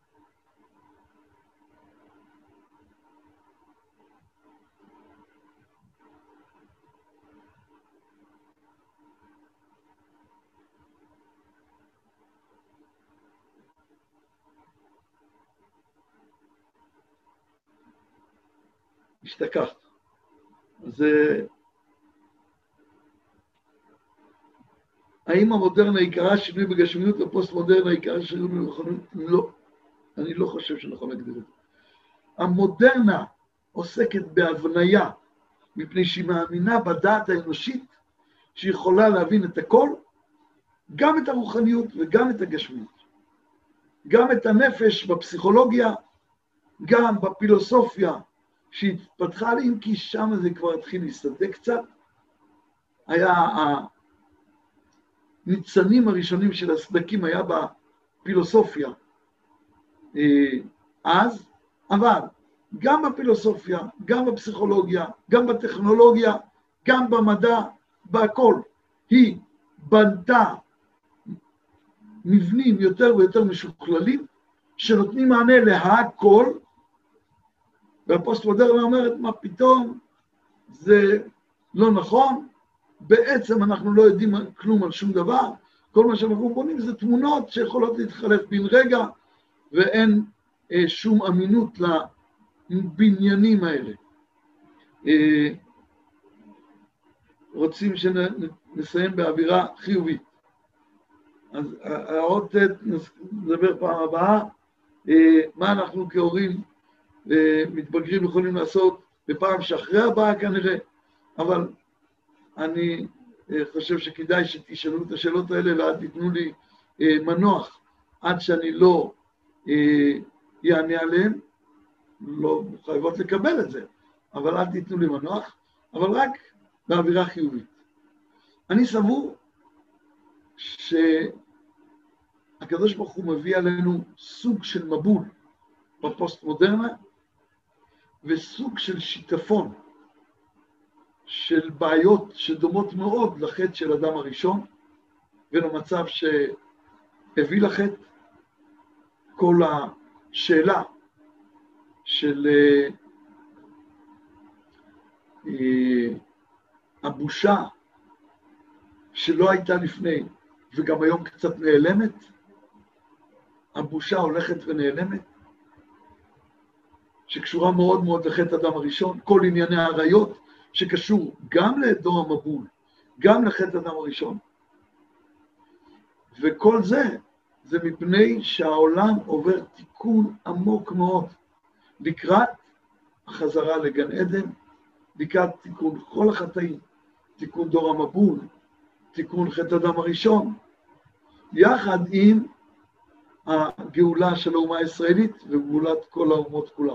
השתכחת. אז האם המודרנה עיקרה שינוי בגשמיות והפוסט-מודרנה עיקרה שינוי במכונות? לא. אני לא חושב שנכון להגדיר את זה. המודרנה עוסקת בהבניה, מפני שהיא מאמינה בדעת האנושית, שהיא יכולה להבין את הכל, גם את הרוחניות וגם את הגשמיות. גם את הנפש בפסיכולוגיה, גם בפילוסופיה, שהתפתחה לי, אם כי שם זה כבר התחיל להסתדק קצת, היה הניצנים הראשונים של הסדקים, היה בפילוסופיה אז, אבל גם בפילוסופיה, גם בפסיכולוגיה, גם בטכנולוגיה, גם במדע, בהכל, היא בנתה מבנים יותר ויותר משוכללים, שנותנים מענה להכל, והפוסט-מודרנה אומרת, מה פתאום, זה לא נכון, בעצם אנחנו לא יודעים כלום על שום דבר, כל מה שאנחנו בונים זה תמונות שיכולות להתחלף בין רגע, ואין אה, שום אמינות לבניינים האלה. אה, רוצים שנסיים באווירה חיובית. אז הערות נדבר פעם הבאה, אה, מה אנחנו כהורים, מתבגרים יכולים לעשות בפעם שאחרי הבאה כנראה, אבל אני חושב שכדאי שתשאלו את השאלות האלה, ועד תיתנו לי מנוח, עד שאני לא יענה עליהן, לא חייבות לקבל את זה, אבל אל תיתנו לי מנוח, אבל רק באווירה חיובית. אני סבור שהקדוש ברוך הוא מביא עלינו סוג של מבול בפוסט-מודרנה, וסוג של שיטפון של בעיות שדומות מאוד לחטא של אדם הראשון, ולמצב שהביא לחטא. כל השאלה של הבושה שלא הייתה לפני, וגם היום קצת נעלמת, הבושה הולכת ונעלמת, שקשורה מאוד מאוד לחטא אדם הראשון, כל ענייני העריות שקשור גם לדור המבול, גם לחטא אדם הראשון. וכל זה, זה מפני שהעולם עובר תיקון עמוק מאוד, לקראת החזרה לגן עדן, לקראת תיקון כל החטאים, תיקון דור המבול, תיקון חטא אדם הראשון, יחד עם הגאולה של האומה הישראלית וגאולת כל האומות כולם.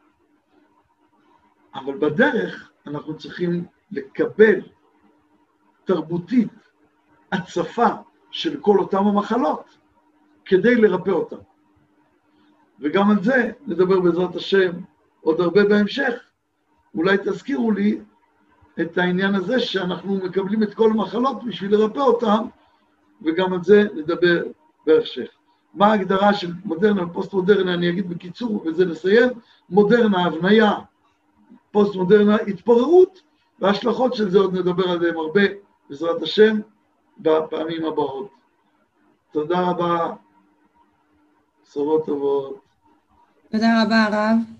אבל בדרך אנחנו צריכים לקבל תרבותית הצפה של כל אותם המחלות כדי לרפא אותם. וגם על זה נדבר בעזרת השם עוד הרבה בהמשך. אולי תזכירו לי את העניין הזה שאנחנו מקבלים את כל המחלות בשביל לרפא אותם, וגם על זה נדבר בהמשך. מה ההגדרה של מודרנה ופוסט-מודרנה, אני אגיד בקיצור, וזה נסיים. מודרנה, הבניה, פוסט-מודרנה, התפוררות, וההשלכות של זה עוד נדבר עליהם הרבה, בעזרת השם, בפעמים הבאות. תודה רבה, בשורות טובות. תודה רבה, הרב.